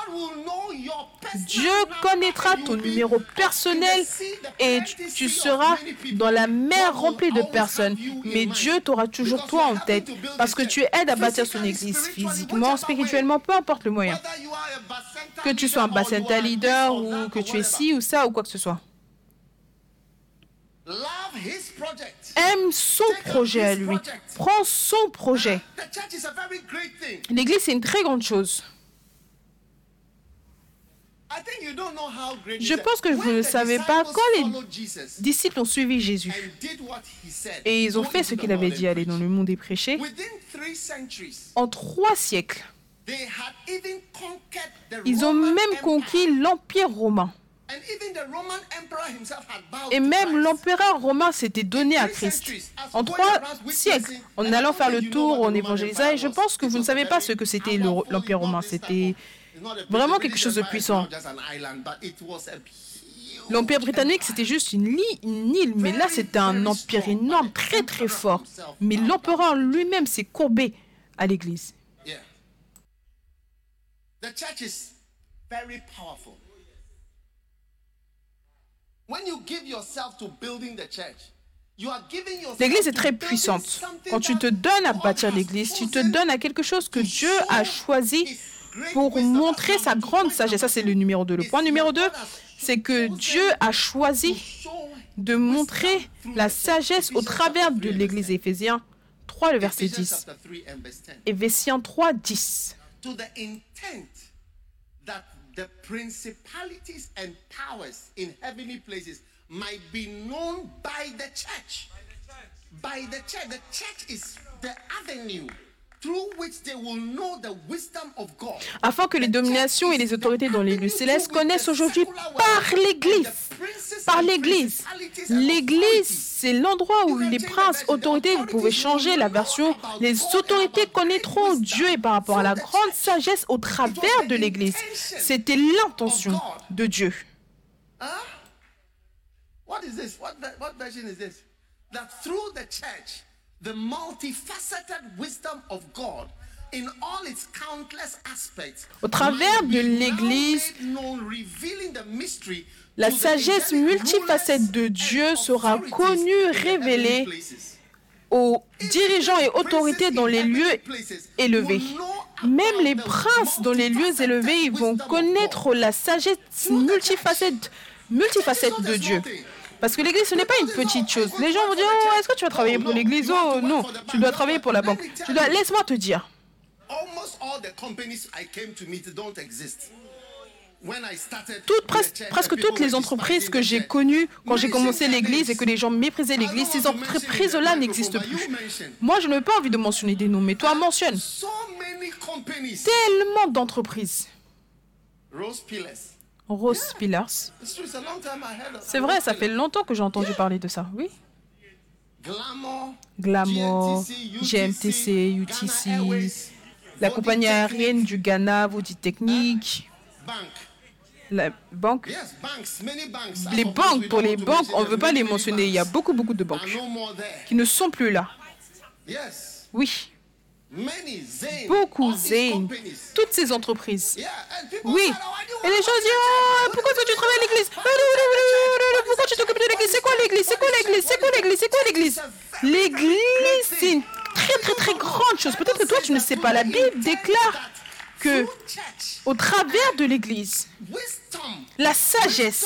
Dieu connaîtra ton numéro personnel et tu seras dans la mer remplie de personnes. Mais Dieu t'aura toujours toi en tête parce que tu aides à bâtir son église physiquement, spirituellement, peu importe le moyen. Que tu sois un bacenta leader ou que tu es ci ou ça ou quoi que ce soit. Aime son projet à lui. Prends son projet. L'église, c'est une très grande chose. Je pense que vous ne savez pas, quand les disciples ont suivi Jésus et ils ont fait ce qu'il avait dit, aller dans le monde et prêcher, en 3 siècles, ils ont même conquis l'Empire romain. Et même l'empereur romain s'était donné à Christ. En 3 siècles, en allant faire le tour, en évangélisant, et je pense que vous ne savez pas ce que c'était l'Empire romain. C'était vraiment quelque chose de puissant. L'Empire britannique, c'était juste une île, mais là, c'était un empire énorme, très très fort. Mais l'empereur lui-même s'est courbé à l'Église. L'Église est très puissante. Quand tu te donnes à bâtir l'Église, tu te donnes à quelque chose que Dieu a choisi pour montrer sa grande sagesse. Ça, c'est le numéro 2. Le point numéro 2, c'est que Dieu a choisi de montrer la sagesse au travers de l'Église. Éphésiens 3, le verset 10. Éphésiens 3, 10. The principalities and powers in heavenly places might be known by the church. By the church. The church is the avenue through which they will know the wisdom of God. Afin que les dominations et les autorités dans les lieux célestes connaissent aujourd'hui par l'Église. Par l'Église. L'Église, c'est l'endroit où les princes, autorités, vous pouvez changer la version. Les autorités connaîtront Dieu et par rapport à la grande sagesse au travers de l'Église. C'était l'intention de Dieu. What is this? What version is this? That through the church, the multifaceted wisdom of God in all its countless aspects, au travers de l'Église, la sagesse multifacette de Dieu sera connue, révélée aux dirigeants et autorités dans les lieux élevés. Même les princes dans les lieux élevés, ils vont connaître la sagesse multifacette de Dieu. Parce que l'Église, ce n'est pas une petite chose. Les gens vont dire, oh, est-ce que tu vas travailler pour l'Église? Oh non, tu dois travailler pour la banque. Laisse-moi te dire. Presque toutes les entreprises que j'ai connues quand j'ai commencé l'Église et que les gens méprisaient l'Église, ces entreprises-là n'existent plus. Moi, je n'ai pas envie de mentionner des noms, mais toi, mentionne. Tellement d'entreprises. Rose Pillars. C'est vrai, ça fait longtemps que j'ai entendu parler de ça, oui. Glamour, GMTC, UTC, la compagnie aérienne du Ghana, Vaudi Technique, la banque. Les banques, pour les banques, on ne veut pas les mentionner. Il y a beaucoup de banques qui ne sont plus là. Oui. Beaucoup, Zayn, toutes ces entreprises. Oui. Et les gens disent, oh, pourquoi est-ce que tu travailles à l'église? Pourquoi tu t'occupes de l'église? C'est quoi l'église? C'est quoi l'église? C'est quoi l'église? C'est quoi l'église? L'église, c'est une très grande chose. Peut-être que toi, tu ne sais pas. La Bible déclare que, au travers de l'église, la sagesse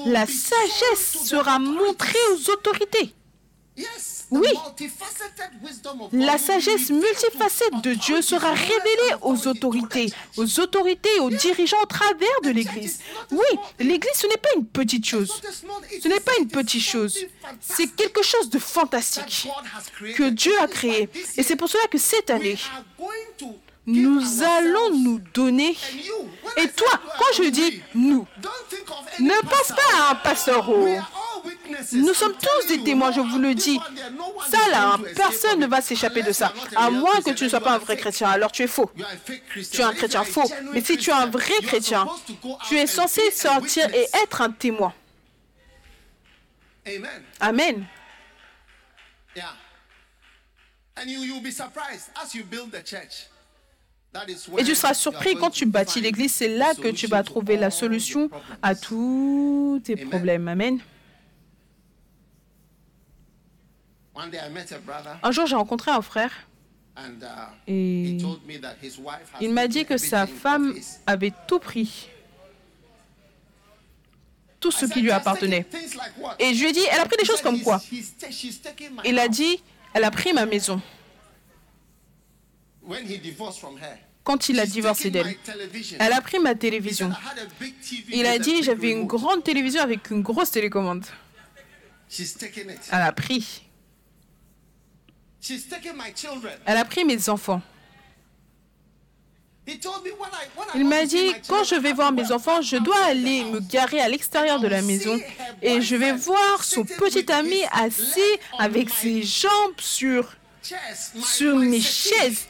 sera montrée aux autorités. Oui, la sagesse multifacette de Dieu sera révélée aux autorités, aux dirigeants au travers de l'Église. Oui, l'Église, ce n'est pas une petite chose. Ce n'est pas une petite chose. C'est quelque chose de fantastique que Dieu a créé. Et c'est pour cela que cette année, nous allons nous donner. Et toi, quand je dis nous, ne pense pas à un pasteur. Nous sommes tous des témoins, je vous le dis. Ça là, personne ne va s'échapper de ça. À moins que tu ne sois pas un vrai chrétien, alors tu es faux. Tu es un chrétien faux. Mais si tu es un vrai chrétien, tu es censé sortir et être un témoin. Amen. Et tu seras surpris quand tu bâtis l'église, c'est là que tu vas trouver la solution à tous tes problèmes. Amen. Un jour, j'ai rencontré un frère et il m'a dit que sa femme avait tout pris, tout ce qui lui appartenait. Et je lui ai dit, elle a pris des choses comme quoi? Il a dit, elle a pris ma maison. Quand il a divorcé d'elle, elle a pris ma télévision. Il a dit, j'avais une grande télévision avec une grosse télécommande. Elle a pris. Elle a pris mes enfants. Il m'a dit, quand je vais voir mes enfants, je dois aller me garer à l'extérieur de la maison et je vais voir son petit ami assis avec ses jambes sur mes chaises,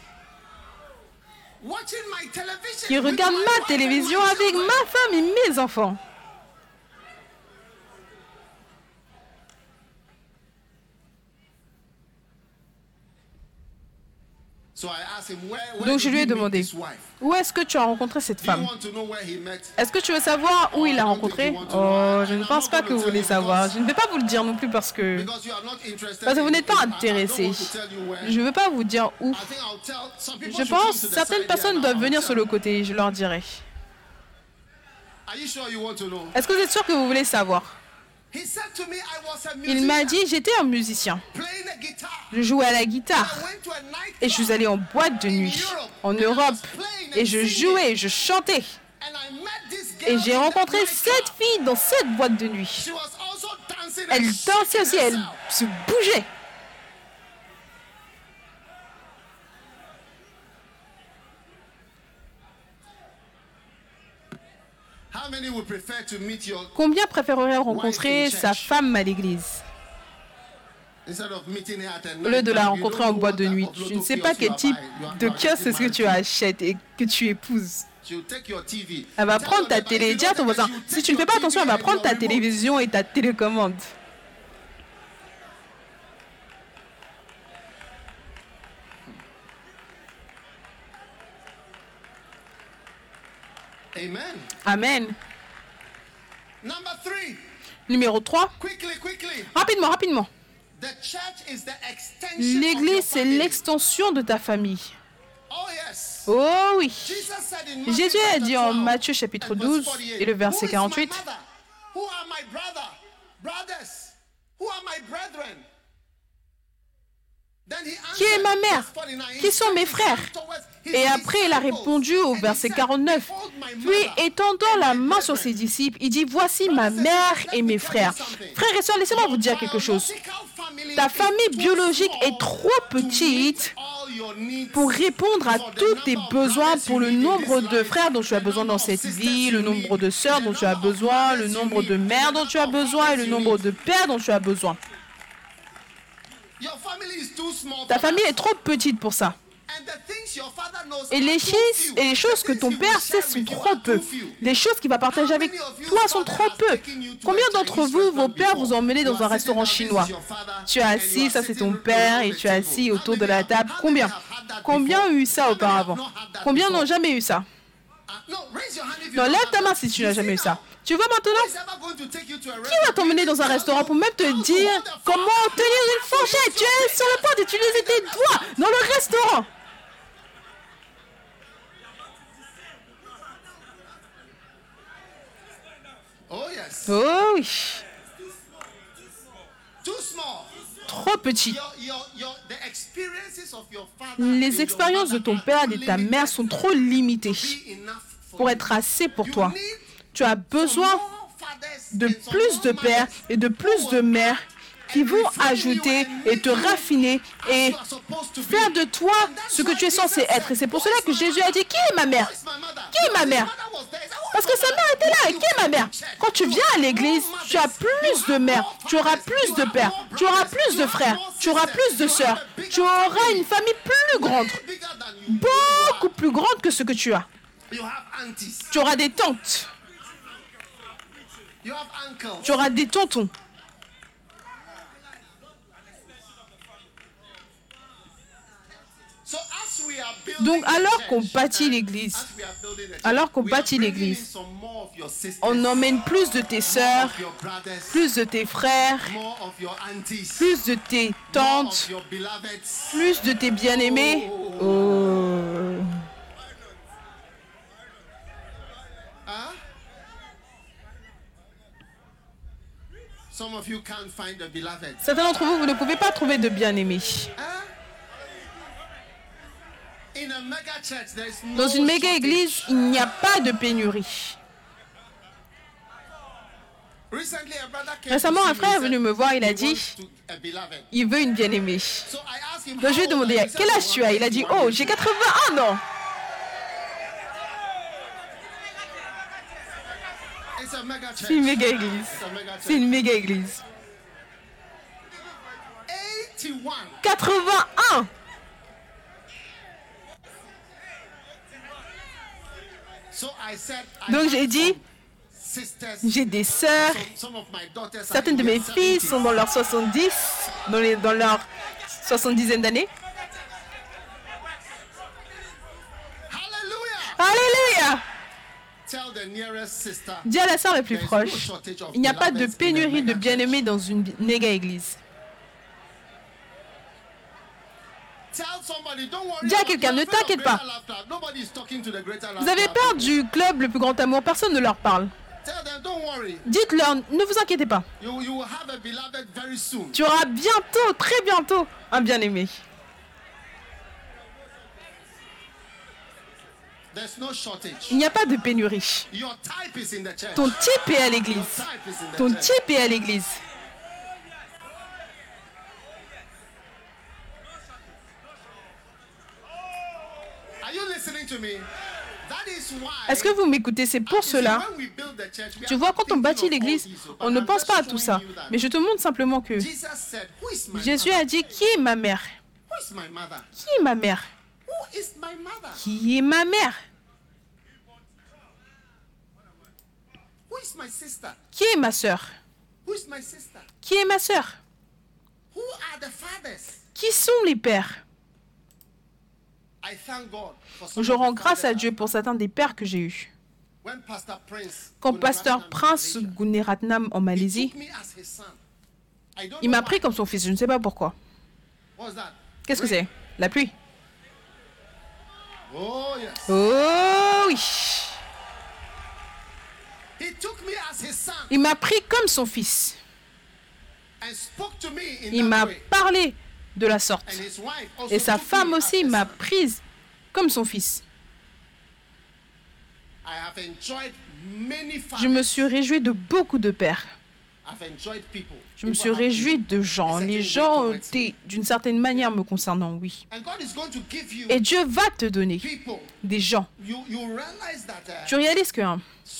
qui regarde ma télévision avec ma femme et mes enfants. Donc je lui ai demandé, où est-ce que tu as rencontré cette femme? Est-ce que tu veux savoir où il l'a rencontrée? Oh, je ne pense pas que vous voulez savoir. Je ne vais pas vous le dire non plus parce que vous n'êtes pas intéressé. Je ne veux pas vous dire où. Je pense que certaines personnes doivent venir sur le côté, je leur dirai. Est-ce que vous êtes sûr que vous voulez savoir? Il m'a dit, j'étais un musicien. Je jouais à la guitare et je suis allé en boîte de nuit en Europe et je jouais, je chantais. Et j'ai rencontré cette fille dans cette boîte de nuit. Elle dansait aussi, elle se bougeait. Combien préféreraient rencontrer sa femme à l'église au lieu de la rencontrer en boîte de nuit? Je ne sais pas quel type de kiosque est-ce que tu achètes et que tu épouses. Elle va prendre ta télé. Dis à ton voisin, si tu ne fais pas attention, elle va prendre ta télévision et ta télécommande. Amen. Numéro 3. Rapidement, rapidement. L'église, c'est l'extension de ta famille. Oh oui. Jésus a dit en Matthieu chapitre 12 et le verset 48. Qui est ma mère? Qui sont mes frères? Et après, il a répondu au verset 49. Puis, étendant la main sur ses disciples, il dit, voici ma mère et mes frères. Frères et sœurs, laissez-moi vous dire quelque chose. Ta famille biologique est trop petite pour répondre à tous tes besoins, pour le nombre de frères dont tu as besoin dans cette vie, le nombre de sœurs dont tu as besoin, le nombre de mères dont tu as besoin et le nombre de pères dont tu as besoin. Ta famille est trop petite pour ça. Et les choses que ton père sait sont trop peu. Les choses qu'il va partager avec toi sont trop peu. Combien d'entre vous, vos pères vous ont emmené dans un restaurant chinois? Tu es assis, ça c'est ton père, et tu es assis autour de la table. Combien ont eu ça auparavant? Combien n'ont jamais eu ça? Non, lève ta main si tu n'as jamais eu ça. Tu vois maintenant? Qui va t'emmener dans un restaurant pour même te dire comment tenir une fourchette? Tu es sur le point d'utiliser tes doigts dans le restaurant. Oh oui. Trop petit. Les expériences de ton père et de ta mère sont trop limitées pour être assez pour toi. Tu as besoin de plus de pères et de plus de mères qui vont ajouter et te raffiner et faire de toi ce que tu es censé être. Et c'est pour cela que Jésus a dit, qui est ma mère? Qui est ma mère? Parce que sa mère était là. Et qui est ma mère? Quand tu viens à l'église, tu as plus de mères, tu auras plus de pères, tu auras plus de frères, tu auras plus de sœurs, tu auras une famille plus grande, beaucoup plus grande que ce que tu as. Tu auras des tantes. Tu auras des tontons. Donc, alors qu'on bâtit l'église, on emmène plus de tes sœurs, plus de tes frères, plus de tes tantes, plus de tes bien-aimés. Oh. Certains d'entre vous, vous ne pouvez pas trouver de bien-aimés. Dans une méga église, il n'y a pas de pénurie. Récemment, un frère est venu me voir, il a dit, il veut une bien-aimée. Donc je lui ai demandé, quel âge tu as? Il a dit, oh, j'ai 81 ans. C'est une méga église. C'est une méga église. 81. Donc j'ai dit, j'ai des sœurs, certaines de mes filles sont dans leurs 70, dans leur 70aine d'années. Alléluia! Dis à la sœur la plus proche, il n'y a pas de pénurie de bien-aimés dans une méga église. Dis à quelqu'un, ne t'inquiète pas. Vous avez peur du club le plus grand amour, personne ne leur parle. Dites-leur, ne vous inquiétez pas. Tu auras bientôt, très bientôt, un bien-aimé. Il n'y a pas de pénurie. Ton type est à l'église. Ton type est à l'église. Est-ce que vous m'écoutez? C'est pour cela. Tu vois, quand on bâtit l'église, on ne pense pas à tout ça. Mais je te montre simplement que Jésus a dit, qui est ma mère? Qui est ma mère? Qui est ma mère? Qui est ma sœur? Qui est ma sœur? Qui sont les pères? Je rends grâce à Dieu pour certains des pères que j'ai eus. Quand Pasteur Prince Gunaratnam en Malaisie, il m'a pris comme son fils, je ne sais pas pourquoi. Qu'est-ce que c'est? La pluie. Oh oui. Il m'a pris comme son fils. Il m'a parlé de la sorte. Et sa femme aussi m'a prise comme son fils. Je me suis réjoui de beaucoup de pères. Je me suis réjoui de gens. Les gens ont été d'une certaine manière me concernant, oui. Et Dieu va te donner des gens. Tu réalises que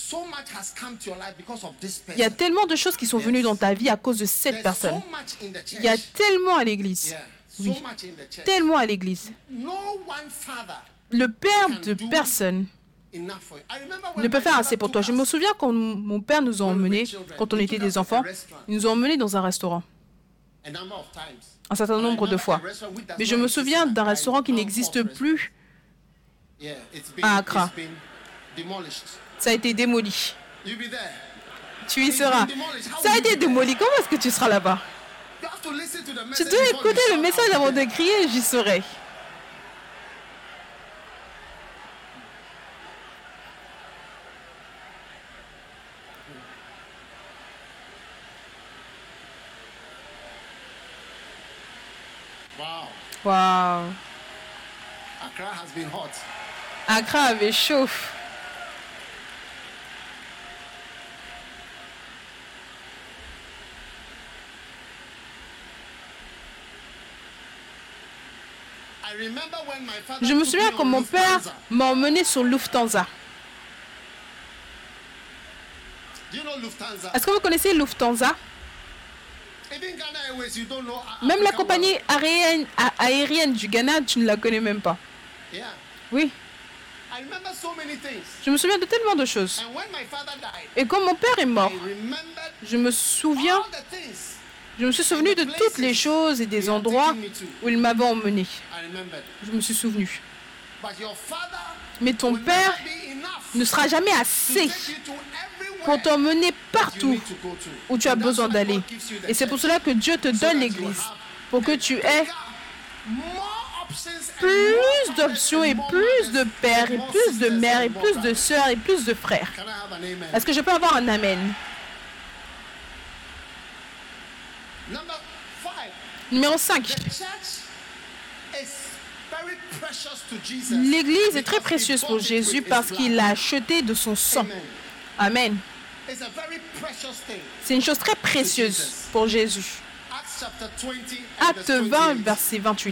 il y a tellement de choses qui sont venues dans ta vie à cause de cette personne. Il y a tellement à l'église. Oui, tellement à l'église. Le père de personne ne peut faire assez pour toi. Je me souviens quand mon père nous a emmenés, quand on était des enfants, ils nous ont emmenés dans un restaurant. Un certain nombre de fois. Mais je me souviens d'un restaurant qui n'existe plus à Accra. Ça a été démoli. Tu y seras. Ça a été démoli. Comment est-ce que tu seras là-bas? Tu dois écouter le message avant de crier, j'y serai. Wow. Accra avait chaud. Je me souviens quand mon père m'a emmené sur Lufthansa. Est-ce que vous connaissez Lufthansa? Même la compagnie aérienne du Ghana, tu ne la connais même pas. Oui. Je me souviens de tellement de choses. Et quand mon père est mort, je me suis souvenu de toutes les choses et des endroits où il m'avait emmené. Je me suis souvenu. Mais ton Père ne sera jamais assez pour t'emmener partout où tu as besoin d'aller. Et c'est pour cela que Dieu te donne l'Église, pour que tu aies plus d'options et plus de pères et plus de mères et plus de sœurs et plus de frères. Est-ce que je peux avoir un amen? Numéro 5. L'Église est très précieuse pour Jésus parce qu'il l'a achetée de son sang. Amen. C'est une chose très précieuse pour Jésus. Acte 20, verset 28.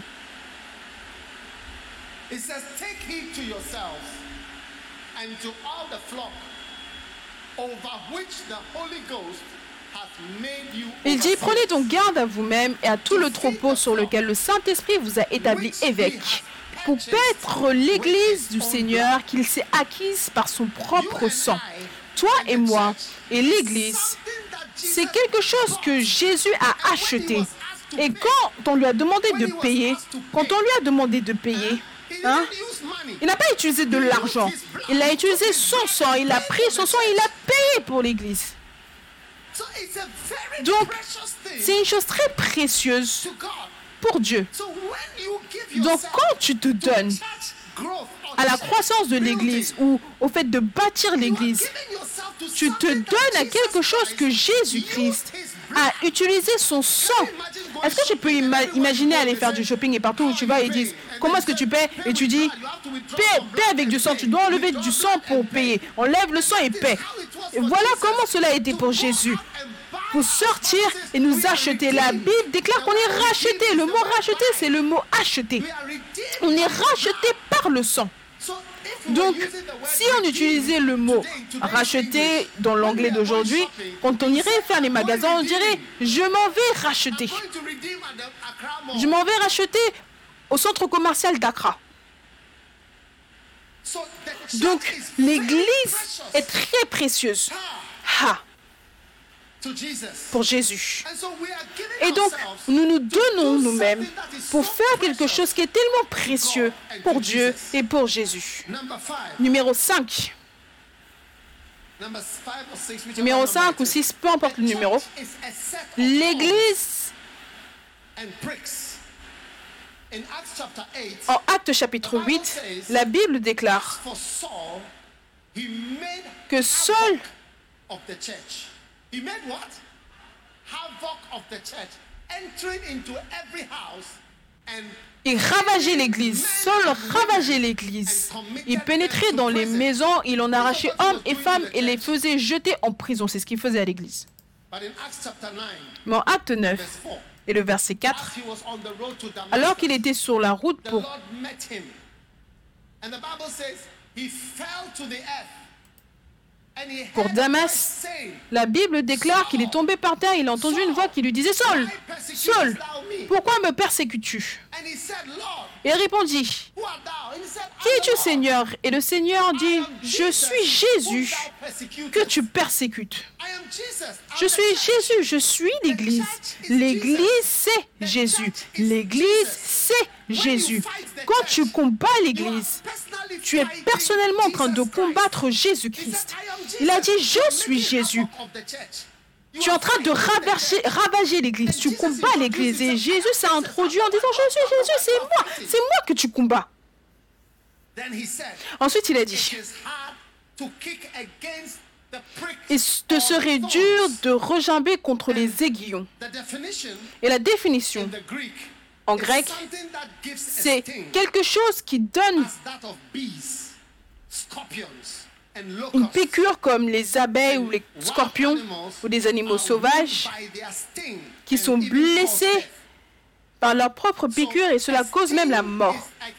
It says, take heed to yourselves and to all the flock over which the Holy Ghost hath made you. Il dit, prenez donc garde à vous-même et à tout le troupeau sur lequel le Saint-Esprit vous a établi évêque, pour paître l'Église du Seigneur qu'il s'est acquise par son propre sang. Toi et moi et l'Église, c'est quelque chose que Jésus a acheté. Et quand on lui a demandé de payer, il n'a pas utilisé de l'argent. Il a utilisé son sang. Il a pris son sang et il a payé pour l'Église. Donc, c'est une chose très précieuse pour Dieu. Donc, quand tu te donnes à la croissance de l'Église ou au fait de bâtir l'Église, tu te donnes à quelque chose que Jésus-Christ a utilisé son sang. Est-ce que tu peux imaginer aller faire du shopping et partout où tu vas et ils disent comment est-ce que tu paies et tu dis paie avec du sang, tu dois enlever du sang pour payer. Enlève le sang et paie. Et voilà comment cela a été pour Jésus. Pour sortir et nous acheter. La Bible déclare qu'on est racheté. Le mot racheté, c'est le mot acheter. On est racheté par le sang. Donc, si on utilisait le mot racheter dans l'anglais d'aujourd'hui, quand on irait faire les magasins, on dirait je m'en vais racheter. Je m'en vais racheter au centre commercial d'Accra. Donc, l'Église est très précieuse pour Jésus. Et donc, nous nous donnons nous-mêmes pour faire quelque chose qui est tellement précieux pour Dieu et pour Jésus. Numéro 5. Numéro 5 ou 6, peu importe le numéro. L'Église, en Actes chapitre 8, la Bible déclare que Saul He made what? Havoc of the church, entering into every house and il ravageait l'église. Saul ravageait l'église. Il pénétrait dans les maisons, il en arrachait hommes et femmes et les faisait jeter en prison. C'est ce qu'il faisait à l'église. Mais en Acte 9 et le verset 4, alors qu'il était sur la route pour Damas, la Bible déclre qu'il est tombé par terre. Il a entendu une voix qui lui disait « Saul, Saul, pourquoi me persécutes-tu » Et il répondit « Qui es-tu, Seigneur » Et le Seigneur dit « Je suis Jésus que tu persécutes. Je suis Jésus, je suis l'Église. L'Église, c'est Jésus. L'Église, c'est Jésus. Quand tu combats l'Église, tu es personnellement en train de combattre Jésus-Christ. Il a dit, je suis Jésus. Tu es en train de ravager l'Église. Tu combats l'Église. Et Jésus s'est introduit en disant, je suis Jésus, c'est moi que tu combats. Ensuite, il a dit, il te serait dur de regimber contre les aiguillons. Et la définition en grec, c'est quelque chose qui donne une piqûre comme les abeilles ou les scorpions ou des animaux sauvages qui sont blessés par leur propre piqûre et cela cause même la mort.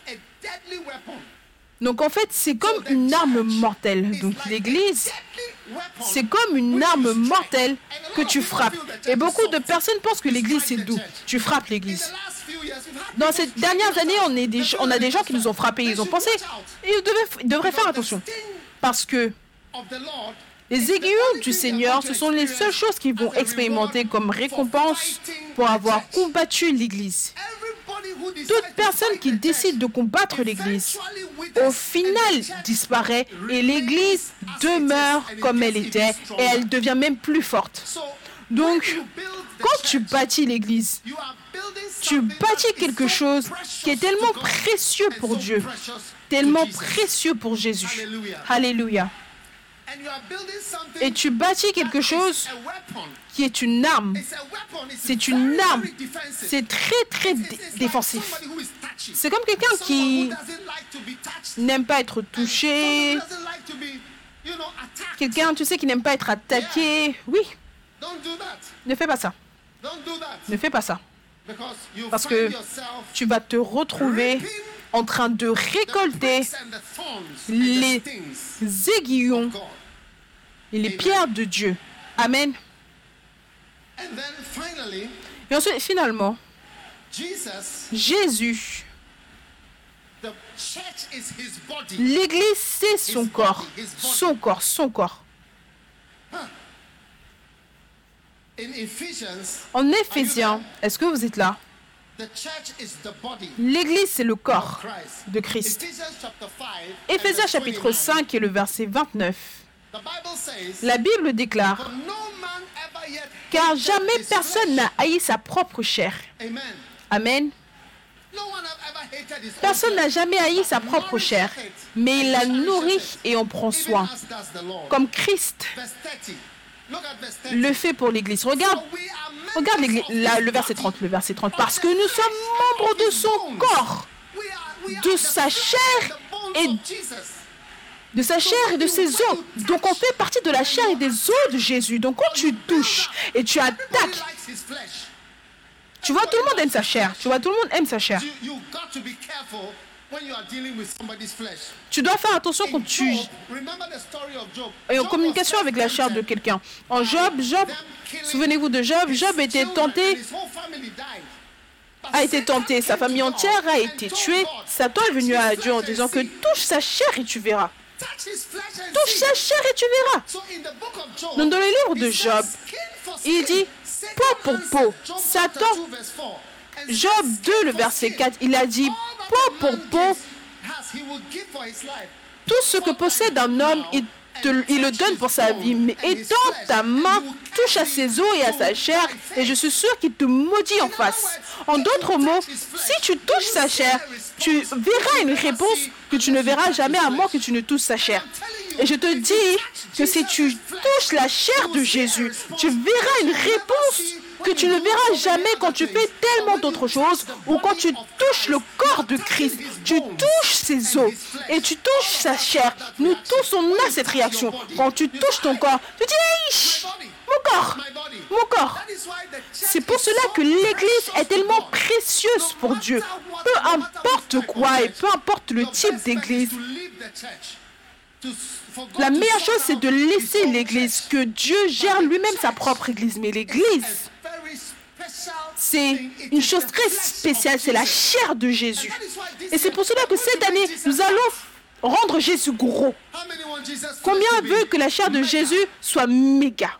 Donc en fait, c'est comme une arme mortelle. Donc l'Église, c'est comme une arme mortelle que tu frappes. Et beaucoup de personnes pensent que l'Église, c'est doux. Tu frappes l'Église. Dans ces dernières années, on a des gens qui nous ont frappés. Ils ont pensé, ils devraient faire attention. Parce que les aiguillons du Seigneur, ce sont les seules choses qu'ils vont expérimenter comme récompense pour avoir combattu l'Église. toute personne qui décide de combattre l'Église, au final, disparaît et l'Église demeure comme elle était et elle devient même plus forte. Donc, quand tu bâtis l'Église, tu bâtis quelque chose qui est tellement précieux pour Dieu, tellement précieux pour Jésus. Alléluia. Et tu bâtis quelque chose qui est une arme. C'est une arme. C'est très, très défensif. C'est comme quelqu'un qui n'aime pas être touché. Quelqu'un, tu sais, qui n'aime pas être attaqué. Oui. Ne fais pas ça. Ne fais pas ça. Parce que tu vas te retrouver en train de récolter les aiguillons et les pierres de Dieu. Amen. Et ensuite, finalement, Jésus, l'Église, c'est son corps. Son corps, son corps. En Éphésiens, est-ce que vous êtes là? L'Église, c'est le corps de Christ. Éphésiens chapitre 5 et le verset 29. La Bible déclare « Car jamais personne n'a haï sa propre chair. » Amen. Personne n'a jamais haï sa propre chair, mais il la nourrit et en prend soin, comme Christ le fait pour l'Église. Regarde le verset 30, Parce que nous sommes membres de son corps, de sa chair et de ses os. Donc on fait partie de la chair et des os de Jésus. Donc quand tu touches et tu attaques, tu vois, tout le monde aime sa chair. Tu dois faire attention quand tu es en communication avec la chair de quelqu'un. En Job, souvenez-vous de Job, Job a été tenté, sa famille entière a été tuée. Satan est venu à Dieu en disant que touche sa chair et tu verras. Touche sa chair et tu verras. Donc dans le livre de Job, il dit peau pour peau. Satan, Job 2, le verset 4, il a dit peau pour peau. Tout ce que possède un homme, il le donne pour sa vie. Mais étends ta main, touche à ses os et à sa chair, et je suis sûr qu'il te maudit en face. En d'autres mots, si tu touches sa chair, tu verras une réponse que tu ne verras jamais à moins que tu ne touches sa chair. Et je te dis que si tu touches la chair de Jésus, tu verras une réponse que tu ne verras jamais quand tu fais tellement d'autres choses ou quand tu touches le corps de Christ. Tu touches ses os et tu touches sa chair. Nous tous, on a cette réaction. Quand tu touches ton corps, tu dis hey, mon corps. C'est pour cela que l'Église est tellement précieuse pour Dieu. Peu importe quoi et peu importe le type d'Église, la meilleure chose, c'est de laisser l'Église, que Dieu gère lui-même sa propre Église. Mais l'Église, c'est une chose très spéciale, c'est la chair de Jésus. Et c'est pour cela que cette année, nous allons rendre Jésus gros. Combien veut que la chair de Jésus soit méga,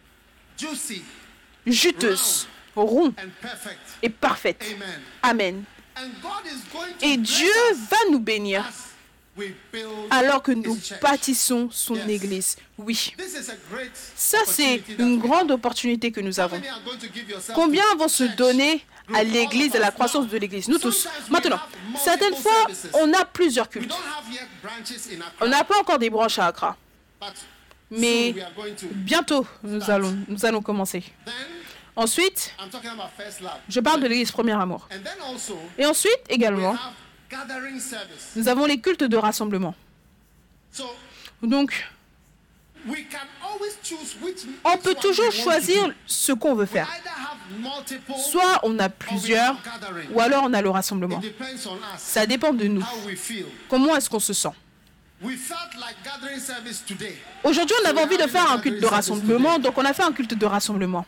juteuse, ronde et parfaite? Amen. Et Dieu va nous bénir alors que nous bâtissons son Église. Oui. Ça, c'est une grande opportunité que nous avons. Combien vont se donner à l'Église, à la croissance de l'Église? Nous tous. Maintenant, certaines fois, on a plusieurs cultes. On n'a pas encore des branches à Accra. Mais bientôt, nous allons commencer. Ensuite, je parle de l'Église Premier Amour. Et ensuite, également, nous avons les cultes de rassemblement. Donc, on peut toujours choisir ce qu'on veut faire. Soit on a plusieurs, ou alors on a le rassemblement. Ça dépend de nous. Comment est-ce qu'on se sent? Aujourd'hui, on avait envie de faire un culte de rassemblement, donc on a fait un culte de rassemblement.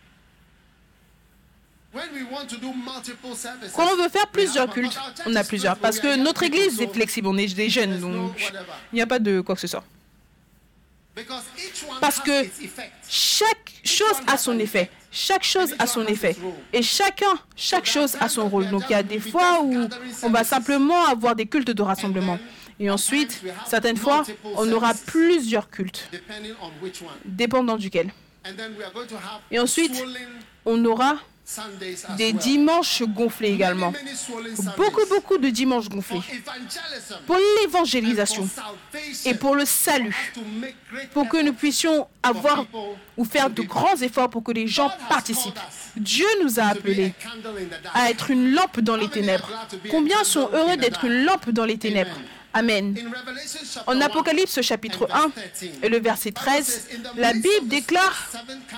Quand on veut faire plusieurs cultes, on a plusieurs. Parce que notre église est flexible, on est des jeunes, donc il n'y a pas de quoi que ce soit. Parce que chaque chose a son effet. chaque chose a son effet. Et chaque chose a son rôle. Donc il y a des fois où on va simplement avoir des cultes de rassemblement. Et ensuite, certaines fois, on aura plusieurs cultes, dépendant duquel. Et ensuite, on aura des dimanches gonflés également. Beaucoup de dimanches gonflés. Pour l'évangélisation et pour le salut. Pour que nous puissions avoir ou faire de grands efforts pour que les gens participent. Dieu nous a appelés à être une lampe dans les ténèbres. Combien sont heureux d'être une lampe dans les ténèbres? Amen. En Apocalypse chapitre 1 et le verset 13, la Bible déclare: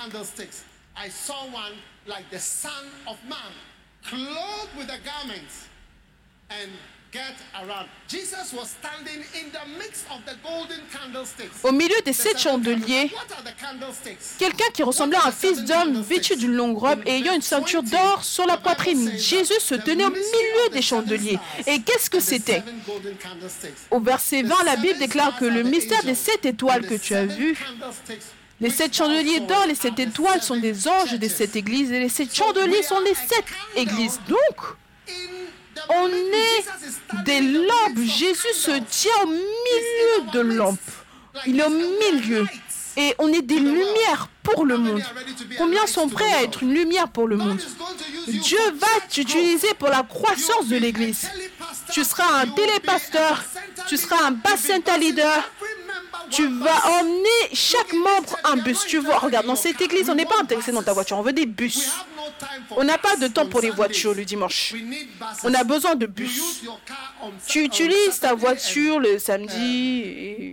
like the Son of Man, clothed with a garment, and get around. Jesus was standing in the midst of the golden candlesticks. Au milieu des 7 chandeliers, quelqu'un qui ressemblait à un fils d'homme vêtu d'une longue robe et ayant une ceinture d'or sur la poitrine. Jésus se tenait au milieu des chandeliers. Et qu'est-ce que c'était? Au verset 20, la Bible déclare que le mystère des 7 étoiles que tu as vues, les 7 chandeliers d'or, les 7 étoiles sont des anges des 7 églises et les 7 chandeliers sont les 7 églises. Donc, on est des lampes. Jésus se tient au milieu de lampes. Il est au milieu. Et on est des lumières pour le monde. Combien sont prêts à être une lumière pour le monde? Dieu va t'utiliser pour la croissance de l'Église. Tu seras un télépasteur, tu seras un bas-center leader. Tu vas emmener chaque membre un bus. Tu vois, regarde, dans cette église, on n'est pas intéressé dans ta voiture, on veut des bus. On n'a pas de temps pour les voitures le dimanche. On a besoin de bus. Tu utilises ta voiture le samedi et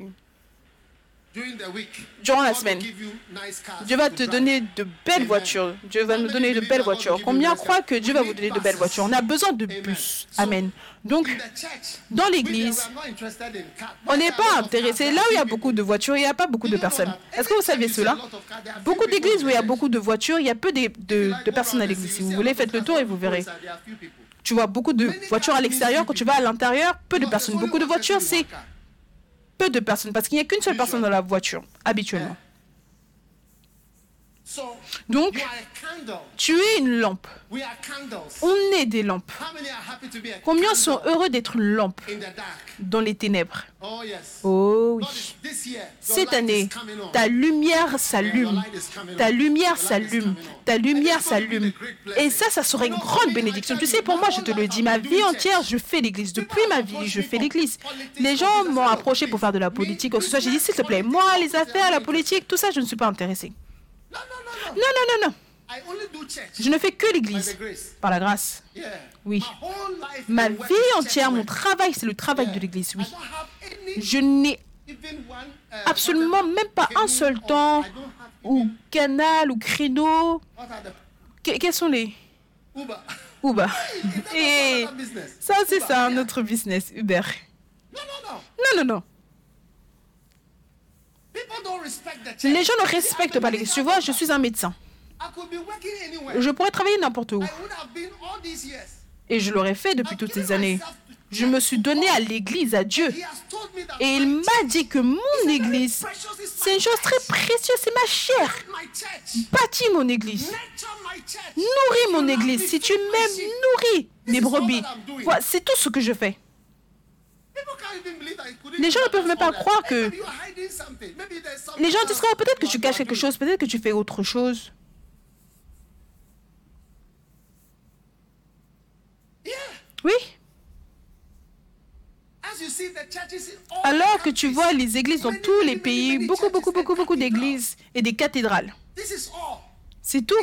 durant la semaine. Dieu va te donner de belles voitures. Dieu va nous donner de belles voitures. Combien croient que Dieu va vous donner de belles voitures? On a besoin de bus. Amen. Donc, dans l'église, on n'est pas intéressé. Là où il y a beaucoup de voitures, il n'y a pas beaucoup de personnes. Est-ce que vous savez cela? Beaucoup d'églises où il y a beaucoup de voitures, il y a peu de personnes à l'église. Si vous voulez, faites le tour et vous verrez. Tu vois beaucoup de voitures à l'extérieur. Quand tu vas à l'intérieur, peu de personnes. Beaucoup de voitures, c'est peu de personnes, parce qu'il n'y a qu'une seule personne dans la voiture, habituellement. Donc, tu es une lampe. On est des lampes. Combien sont heureux d'être une lampe dans les ténèbres? Oh oui. Cette année, ta lumière s'allume. Ta lumière s'allume. Ta lumière s'allume. Et ça serait une grande bénédiction. Tu sais, pour moi, je te le dis, ma vie entière, je fais l'église. Depuis ma vie, je fais l'église. Les gens m'ont approché pour faire de la politique. Ou ce soit, j'ai dit, s'il te plaît, moi, les affaires, la politique, tout ça, je ne suis pas intéressée. Non. Je ne fais que l'église, par la grâce. Oui. Ma vie entière, mon travail, c'est le travail de l'église, oui. Je n'ai absolument même pas un seul temps, ou canal, ou créneau. Quels sont les... Uber. Et ça, c'est ça, un autre business, Uber. Non. Les gens ne respectent pas l'église. Tu vois, je suis un médecin. Je pourrais travailler n'importe où. Et je l'aurais fait depuis toutes ces années. Je me suis donné à l'église, à Dieu. Et il m'a dit que mon église, c'est une chose très précieuse, c'est ma chair. Bâtis mon église. Nourris mon église. Si tu m'aimes, nourris mes brebis. Voilà, c'est tout ce que je fais. Les gens ne peuvent même pas croire que... Les gens disent, oh, peut-être que tu caches quelque chose, peut-être que tu fais autre chose. Oui. Alors que tu vois les églises dans tous les pays, beaucoup d'églises et des cathédrales. C'est tout.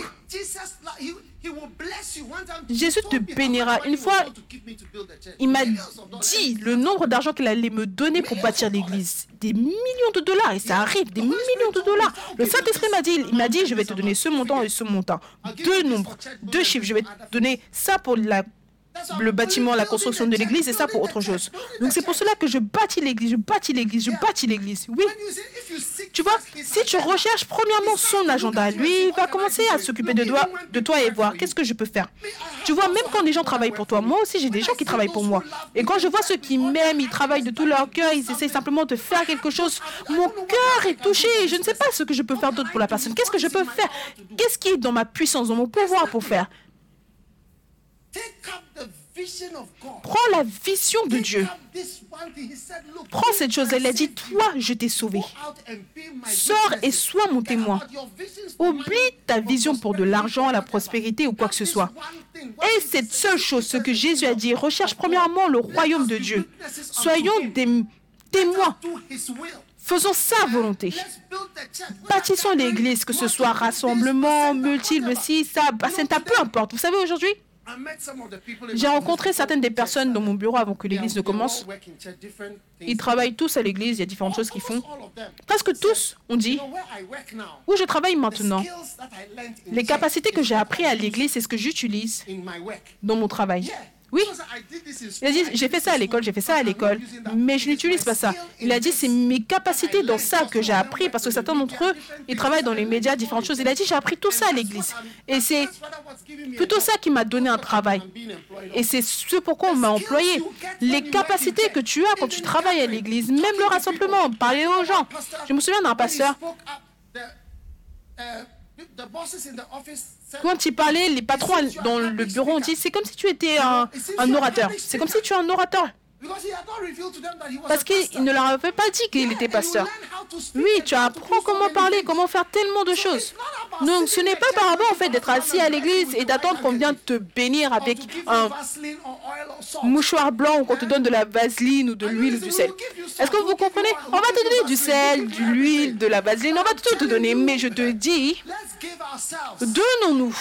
Jésus te bénira. Une fois, il m'a dit le nombre d'argent qu'il allait me donner pour bâtir l'église. Des millions de dollars. Et ça arrive, des millions de dollars. Le Saint-Esprit m'a dit, je vais te donner ce montant et ce montant. 2 nombres, 2 chiffres. Je vais te donner ça pour le bâtiment, la construction de l'église, et ça pour autre chose. Donc c'est pour cela que je bâtis l'église. Oui. Tu vois, si tu recherches premièrement son agenda, lui va commencer à s'occuper de toi et voir qu'est-ce que je peux faire. Tu vois, même quand les gens travaillent pour toi, moi aussi j'ai des gens qui travaillent pour moi. Et quand je vois ceux qui m'aiment, ils travaillent de tout leur cœur, ils essayent simplement de faire quelque chose, mon cœur est touché et je ne sais pas ce que je peux faire d'autre pour la personne. Qu'est-ce que je peux faire? Qu'est-ce qui est dans ma puissance, dans mon pouvoir pour faire? Prends la vision de Dieu. Prends cette chose. Elle a dit, toi, je t'ai sauvé. Sors et sois mon témoin. Oublie ta vision pour de l'argent, la prospérité ou quoi que ce soit. Et cette seule chose, ce que Jésus a dit, recherche premièrement le royaume de Dieu. Soyons des témoins. Faisons sa volonté. Bâtissons l'église, que ce soit rassemblement, multiple, si, ça, peu importe. Vous savez, aujourd'hui, j'ai rencontré certaines des personnes dans mon bureau avant que l'église ne commence. Ils travaillent tous à l'église, il y a différentes choses qu'ils font. Presque tous ont dit, où je travaille maintenant, les capacités que j'ai apprises à l'église, c'est ce que j'utilise dans mon travail. Oui, il a dit, j'ai fait ça à l'école, mais je n'utilise pas ça. Il a dit, c'est mes capacités dans ça que j'ai appris, parce que certains d'entre eux, ils travaillent dans les médias, différentes choses. Il a dit, j'ai appris tout ça à l'église. Et c'est plutôt ça qui m'a donné un travail. Et c'est ce pourquoi on m'a employé. Les capacités que tu as quand tu travailles à l'église, même le rassemblement, parler aux gens. Je me souviens d'un pasteur. Quand il parlait, les patrons dans le bureau ont dit, c'est comme si tu étais un orateur. C'est comme si tu es un orateur. Parce qu'il ne leur avait pas dit qu'il était pasteur. Oui, tu apprends comment parler, comment faire tellement de choses. Donc, ce n'est pas par rapport au fait d'être assis à l'église et d'attendre qu'on vienne te bénir avec un mouchoir blanc ou qu'on te donne de la vaseline ou de l'huile ou du sel. Est-ce que vous comprenez? On va te donner du sel, de l'huile, de la vaseline, on va tout te donner. Mais je te dis, donnons-nous.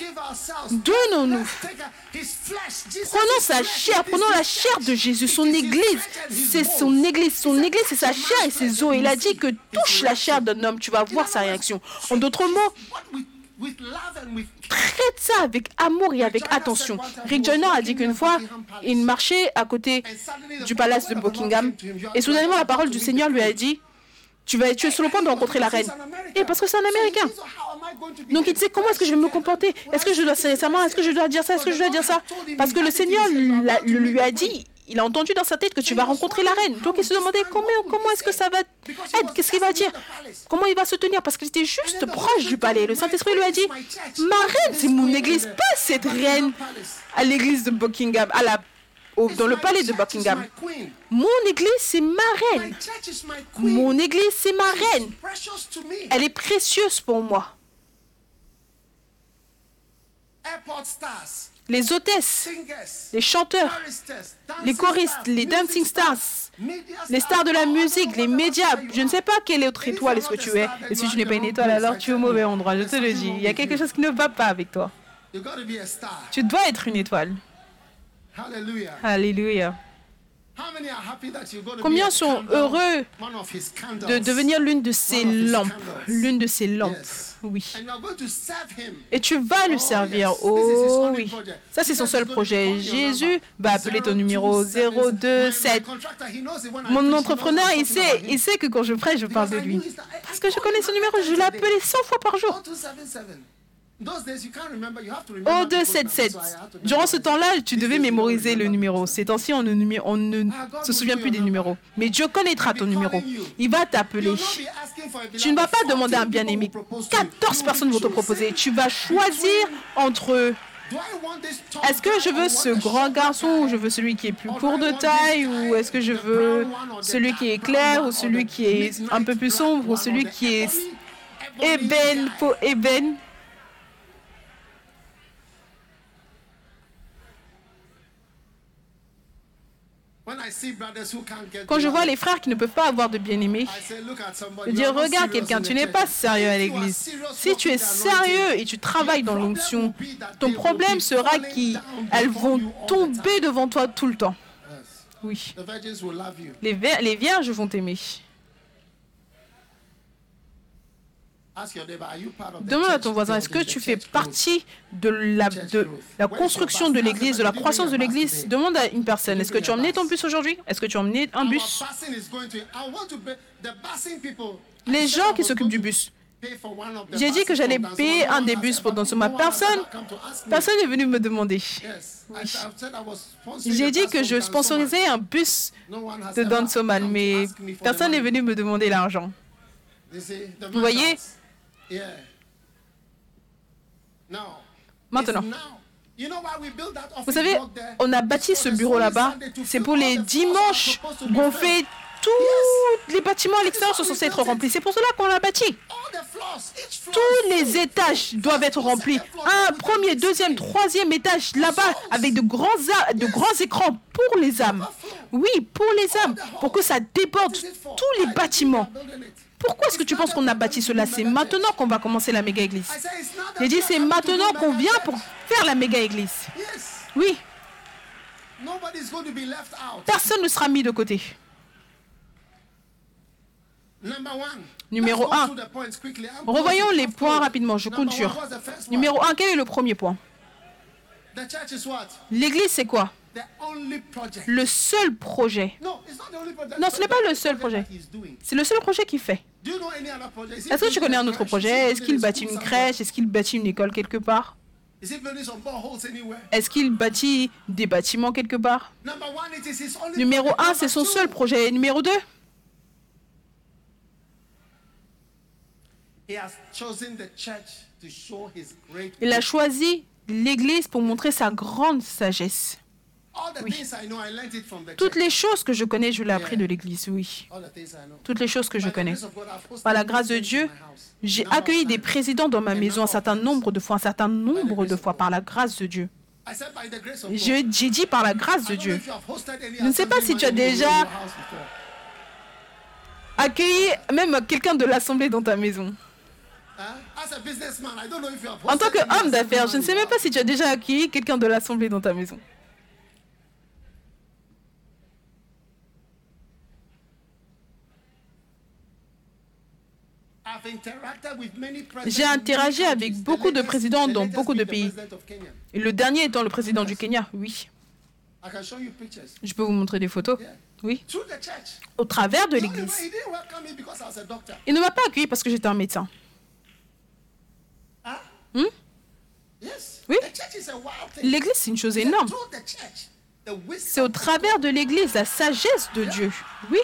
Prenons sa chair, prenons la chair de Jésus, son église. C'est son église, c'est sa chair et ses os. Il a dit que touche la chair d'un homme, tu vas voir sa réaction. En d'autres mots, traite ça avec amour et avec attention. Rick Joyner a dit qu'une fois, il marchait à côté du palace de Buckingham et soudainement la parole du Seigneur lui a dit, tu es sur le point de rencontrer la reine. Et parce que c'est un Américain. Donc il disait, comment est-ce que je vais me comporter? Est-ce que je dois serrer sa main? Est-ce que je dois dire ça? Est-ce que je dois dire ça? Parce que le Seigneur lui a dit, il a entendu dans sa tête que tu vas rencontrer la reine. Donc il se demandait comment est-ce que ça va être? Qu'est-ce qu'il va dire? Comment il va se tenir? Parce qu'il était juste proche du palais. Le Saint-Esprit lui a dit, ma reine, c'est mon église, pas cette reine à l'église de Buckingham, dans le palais de Buckingham. Mon église, c'est ma reine. Mon église, c'est ma reine. Elle est précieuse pour moi. Les hôtesses, les chanteurs, les choristes, les dancing stars, les stars de la musique, les médias. Je ne sais pas quelle autre étoile est-ce que tu es. Et si tu n'es pas une étoile, alors tu es au mauvais endroit, je te le dis. Il y a quelque chose qui ne va pas avec toi. Tu dois être une étoile. Alléluia. Combien sont heureux de devenir l'une de ses lampes? L'une de ses lampes, oui. Et tu vas le servir. Oh oui. Ça, c'est son seul projet. Jésus va appeler ton numéro 027. Mon entrepreneur, il sait que quand je prêche, je parle de lui. Parce que je connais son numéro, je l'ai appelé 100 fois par jour. Oh, 277. Durant ce temps-là, tu devais mémoriser le numéro. Ces temps-ci, on ne se souvient plus des numéros. Mais Dieu connaîtra ton numéro. Il va t'appeler. Tu ne vas pas demander un bien-aimé. 14 personnes vont te proposer. Tu vas choisir entre eux. Est-ce que je veux ce grand garçon ou je veux celui qui est plus court de taille ou est-ce que je veux celui qui est clair ou celui qui est un peu plus sombre ou celui qui est ébène? Quand je vois les frères qui ne peuvent pas avoir de bien-aimés, je dis, regarde quelqu'un, tu n'es pas sérieux à l'église. Si tu es sérieux et tu travailles dans l'onction, ton problème sera qu'elles vont tomber devant toi tout le temps. Oui. Les vierges vont t'aimer. Demande à ton voisin, est-ce que tu fais partie de la construction de l'église, de la croissance de l'église? Demande à une personne, est-ce que tu as emmené ton bus aujourd'hui? Est-ce que tu as emmené un bus? Les gens qui s'occupent du bus. J'ai dit que j'allais payer un des bus pour Donsoma. Personne n'est venu me demander. J'ai dit que je sponsorisais un bus de Donsoma, mais personne n'est venu me demander l'argent. Vous voyez? Maintenant, vous savez, on a bâti ce bureau là-bas. C'est pour les dimanches où on fait tous les bâtiments à l'extérieur sont censés être remplis. C'est pour cela qu'on l'a bâti. Tous les étages doivent être remplis. Un premier, deuxième, troisième étage là-bas avec de grands écrans pour les âmes. Oui, pour les âmes, pour que ça déborde tous les bâtiments. Pourquoi est-ce que tu penses qu'on a bâti cela? C'est maintenant qu'on va commencer la méga-église. J'ai dit, c'est maintenant qu'on vient pour faire la méga-église. Oui. Personne ne sera mis de côté. Numéro 1. Revoyons les points rapidement, je clôture. Numéro 1, quel est le premier point? L'église, c'est quoi? Le seul projet. Non, ce n'est pas le seul projet. C'est le seul projet qu'il fait. Est-ce que tu connais un autre projet? Est-ce qu'il bâtit une crèche? Est-ce qu'il bâtit une école quelque part? Est-ce qu'il bâtit des bâtiments quelque part? Numéro 1, c'est son seul projet. Numéro 2? Il a choisi l'Église pour montrer sa grande sagesse. Oui. Toutes les choses que je connais, je l'ai appris de l'Église, oui. Toutes les choses que je connais. Par la grâce de Dieu, j'ai accueilli des présidents dans ma maison un certain nombre de fois, par la grâce de Dieu. J'ai dit par la grâce de Dieu. Je ne sais pas si tu as déjà accueilli même quelqu'un de l'Assemblée dans ta maison. En tant qu'homme d'affaires, je ne sais même pas si tu as déjà accueilli quelqu'un de l'Assemblée dans ta maison. J'ai interagi avec beaucoup de présidents dans beaucoup de pays. Et le dernier étant le président du Kenya, oui. Je peux vous montrer des photos. Oui. Au travers de l'Église. Il ne m'a pas accueilli parce que j'étais un médecin. Oui. L'Église, c'est une chose énorme. C'est au travers de l'Église, la sagesse de Dieu. Oui.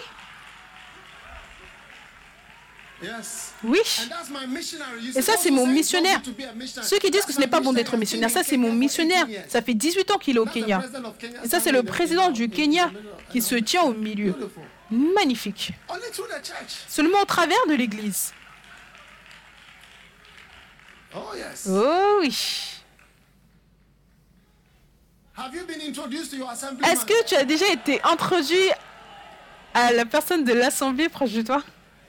Oui. Et ça, c'est mon missionnaire. Ceux qui disent que ce n'est pas bon d'être missionnaire, ça, c'est mon missionnaire. Ça fait 18 ans qu'il est au Kenya. Et ça, c'est le président du Kenya qui se tient au milieu. Magnifique. Seulement au travers de l'Église. Oh oui. Est-ce que tu as déjà été introduit à la personne de l'Assemblée proche de toi?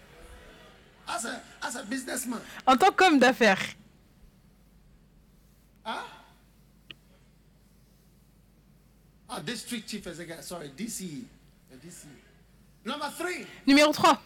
En tant qu'homme d'affaires. Numéro 3.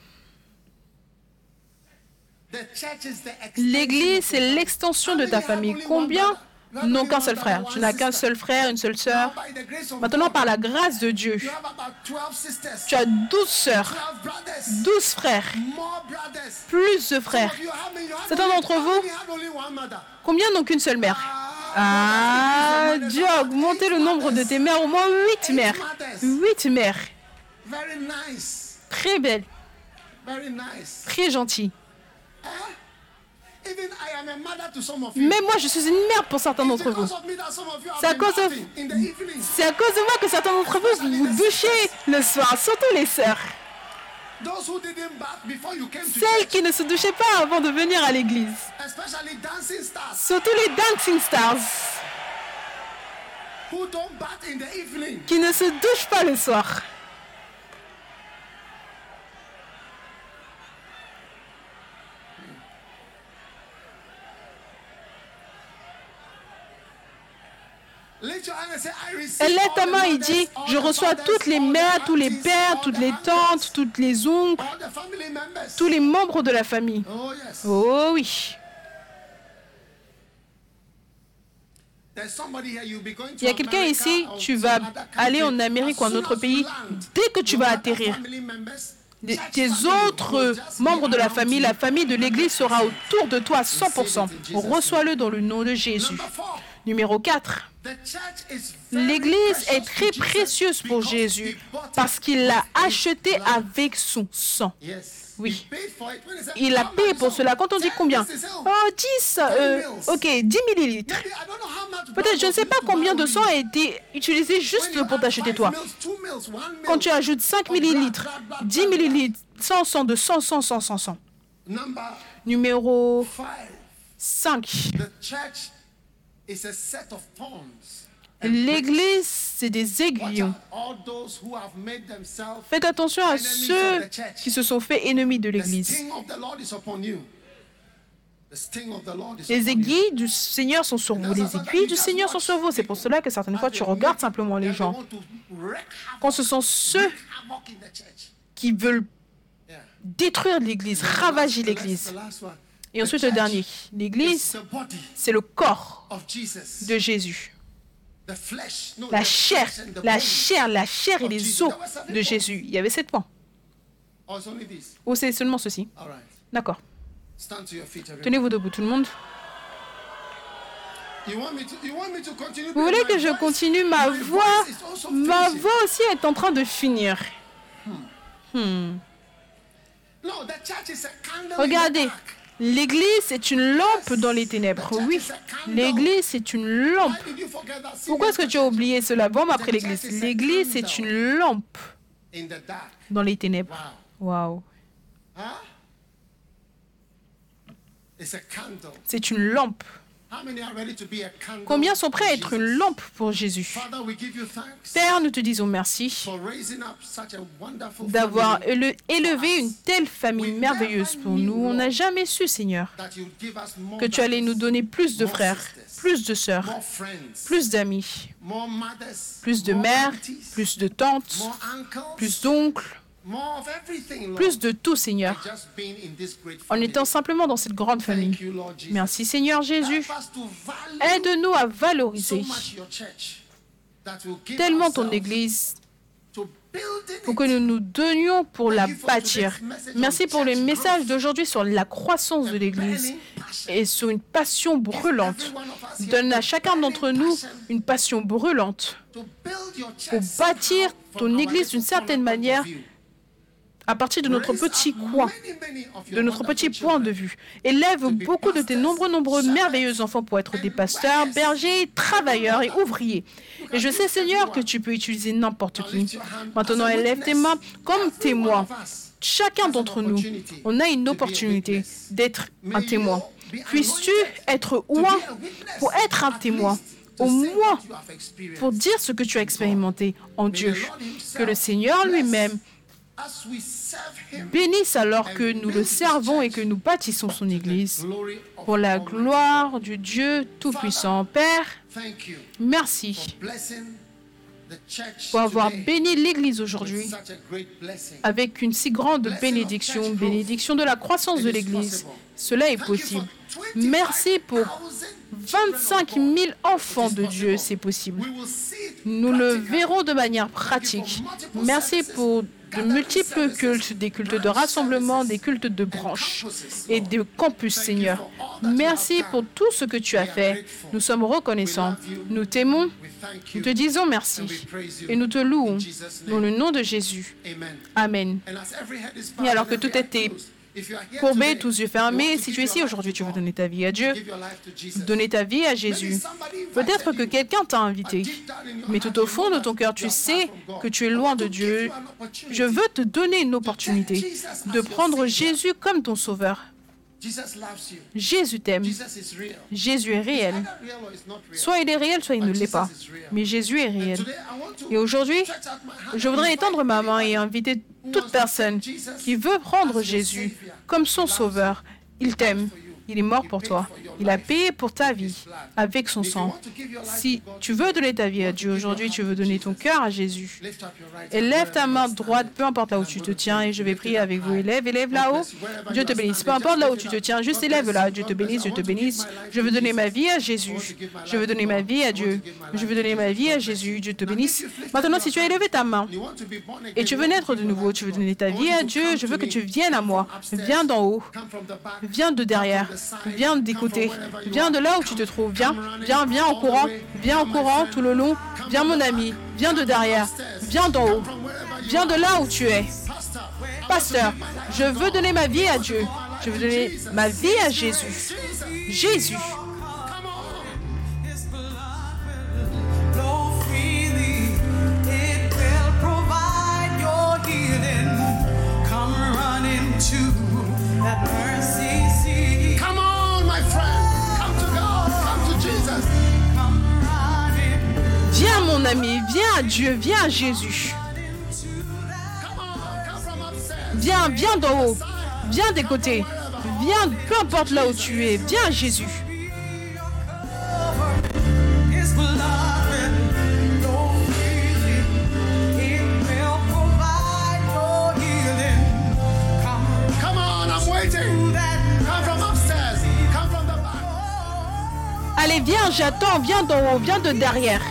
L'Église, c'est l'extension de ta famille. Combien n'ont qu'un seul frère? Tu n'as qu'un seul frère, une seule sœur. Maintenant, par la grâce de Dieu, tu as 12 sœurs, 12 frères, plus de frères. Certains d'entre vous, combien n'ont qu'une seule mère? Ah, Dieu a augmenté le nombre de tes mères, au moins 8 mères. 8 mères. Très belle. Très gentille. Mais moi, je suis une mère pour certains d'entre vous. C'est à cause de moi que certains d'entre vous vous douchez le soir, surtout les sœurs. Celles qui ne se douchaient pas avant de venir à l'église. Surtout les dancing stars. Qui ne se douchent pas le soir. Elle lève ta main et dit, je reçois toutes les mères, tous les pères, toutes les tantes, toutes les oncles, tous les membres de la famille. Oh oui. Il y a quelqu'un ici, tu vas aller en Amérique ou en autre pays, dès que tu vas atterrir, tes autres membres de la famille de l'Église sera autour de toi à 100%. Reçois-le dans le nom de Jésus. Numéro 4. L'Église est très précieuse pour Jésus parce qu'il l'a achetée avec son sang. Oui. Il a payé pour cela. Quand on dit combien? Oh, 10. Ok, 10 millilitres. Peut-être, je ne sais pas combien de sang a été utilisé juste pour t'acheter toi. Quand tu ajoutes 5 millilitres, 10 millilitres, 100 de 100. Numéro 5. L'Église, c'est des aiguillons. Faites attention à ceux qui se sont fait ennemis de l'Église. Les aiguilles du Seigneur sont sur vous. Les aiguilles du Seigneur sont sur vous. C'est pour cela que certaines fois, tu regardes simplement les gens. Quand ce sont ceux qui veulent détruire l'Église, ravager l'Église. Et ensuite, le dernier. L'Église, c'est le corps de Jésus. La chair et les os de Jésus. Il y avait 7 points. Ou c'est seulement ceci? D'accord. Tenez-vous debout, tout le monde. Vous voulez que je continue? Ma voix aussi est en train de finir. Regardez. L'Église est une lampe dans les ténèbres. Oui, l'Église est une lampe. Pourquoi est-ce que tu as oublié cela? Bon, après l'Église. L'Église est une lampe dans les ténèbres. Waouh. C'est une lampe. Combien sont prêts à être une lampe pour Jésus? Père, nous te disons merci d'avoir élevé une telle famille merveilleuse pour nous. On n'a jamais su, Seigneur, que tu allais nous donner plus de frères, plus de sœurs, plus d'amis, plus de mères, plus de tantes, plus d'oncles, plus de tout, Seigneur, en étant simplement dans cette grande famille. Merci, Seigneur Jésus. Aide-nous à valoriser tellement ton Église pour que nous nous donnions pour la bâtir. Merci pour le message d'aujourd'hui sur la croissance de l'Église et sur une passion brûlante. Donne à chacun d'entre nous une passion brûlante pour bâtir ton Église d'une certaine manière à partir de notre petit coin, de notre petit point de vue. Élève beaucoup de tes nombreux merveilleux enfants pour être des pasteurs, bergers, travailleurs et ouvriers. Et je sais, Seigneur, que tu peux utiliser n'importe qui. Maintenant, élève tes mains comme témoin. Chacun d'entre nous, on a une opportunité d'être un témoin. Puisses-tu être oint pour être un témoin, au moins pour dire ce que tu as expérimenté en Dieu. Que le Seigneur lui-même bénisse alors que nous le servons et que nous bâtissons son Église. Pour la gloire du Dieu Tout-Puissant. Père, merci pour avoir béni l'Église aujourd'hui avec une si grande bénédiction, bénédiction de la croissance de l'Église. Cela est possible. Merci pour 25 000 enfants de Dieu, c'est possible. Nous le verrons de manière pratique. Merci pour de multiples cultes, des cultes de rassemblement, des cultes de branches et de campus, Seigneur. Merci pour tout ce que tu as fait. Nous sommes reconnaissants. Nous t'aimons. Nous te disons merci. Et nous te louons dans le nom de Jésus. Amen. Et alors que tout était courbé, tous yeux fermés, si tu es ici aujourd'hui, tu veux donner ta vie à Dieu, donner ta vie à Jésus. Peut-être que quelqu'un t'a invité, mais tout au fond de ton cœur, tu sais que tu es loin de Dieu. Je veux te donner une opportunité de prendre Jésus comme ton sauveur. Jésus t'aime. Jésus est réel. Soit il est réel, soit il ne l'est pas. Mais Jésus est réel. Et aujourd'hui, je voudrais étendre ma main et inviter toute personne qui veut prendre Jésus comme son sauveur. Il t'aime. Il est mort pour toi. Il a payé pour ta vie avec son sang. Si tu veux donner ta vie à Dieu aujourd'hui, tu veux donner ton cœur à Jésus. Élève ta main droite, peu importe là où tu te tiens, et je vais prier avec vous. Élève là-haut. Dieu te bénisse. Peu importe là où tu te tiens, juste élève là. Dieu te bénisse, Dieu te bénisse. Je veux donner ma vie à Jésus. Je veux donner ma vie à Dieu. Je veux donner ma vie à Jésus. Dieu te bénisse. Maintenant, si tu as élevé ta main et tu veux naître de nouveau, tu veux donner ta vie à Dieu, je veux que tu viennes à moi. Viens d'en haut. Viens de derrière. Viens des côtés. Viens de là où tu te trouves. Viens en courant. Viens en courant tout le long. Viens mon ami. Viens de derrière. Viens d'en haut. Viens de là où tu es. Pasteur, je veux donner ma vie à Dieu. Je veux donner ma vie à Jésus. Jésus. Come on, my friend. Come to God. Come to Jesus. Viens, mon ami. Viens à Dieu. Viens à Jésus. Viens d'en haut. Viens des côtés. Viens, peu importe là où tu es. Viens à Jésus. Allez, viens, j'attends, viens d'en haut, viens de derrière.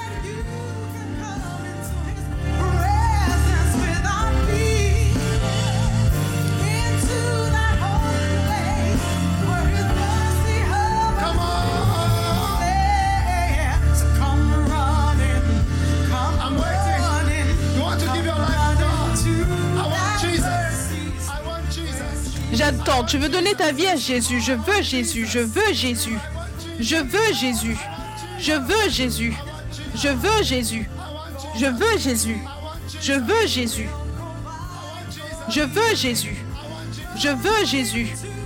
J'attends, tu veux donner ta vie à Jésus. Je veux Jésus, je veux Jésus. Je veux Jésus. Je veux Jésus. Je veux Jésus. Je veux Jésus. Je veux Jésus. Je veux Jésus. Je veux Jésus.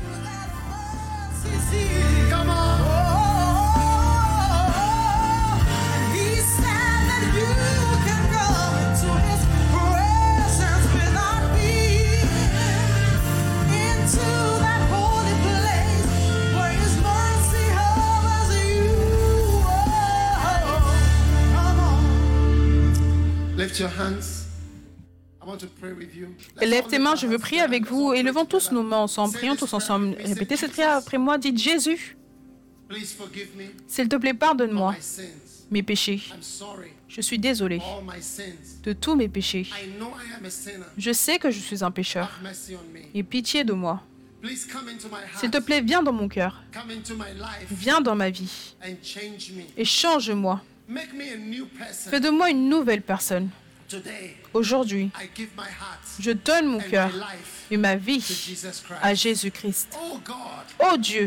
Lève tes mains, je veux prier avec vous. Et levons tous nos mains ensemble. Prions tous ensemble. Répétez cette prière après moi. Dites Jésus, s'il te plaît, pardonne-moi mes péchés. Je suis désolé de tous mes péchés. Je sais que je suis un pécheur. Aie pitié de moi. S'il te plaît, viens dans mon cœur. Viens dans ma vie. Et change-moi. Fais de moi une nouvelle personne. Aujourd'hui, je donne mon cœur et ma vie à Jésus-Christ. Oh Dieu,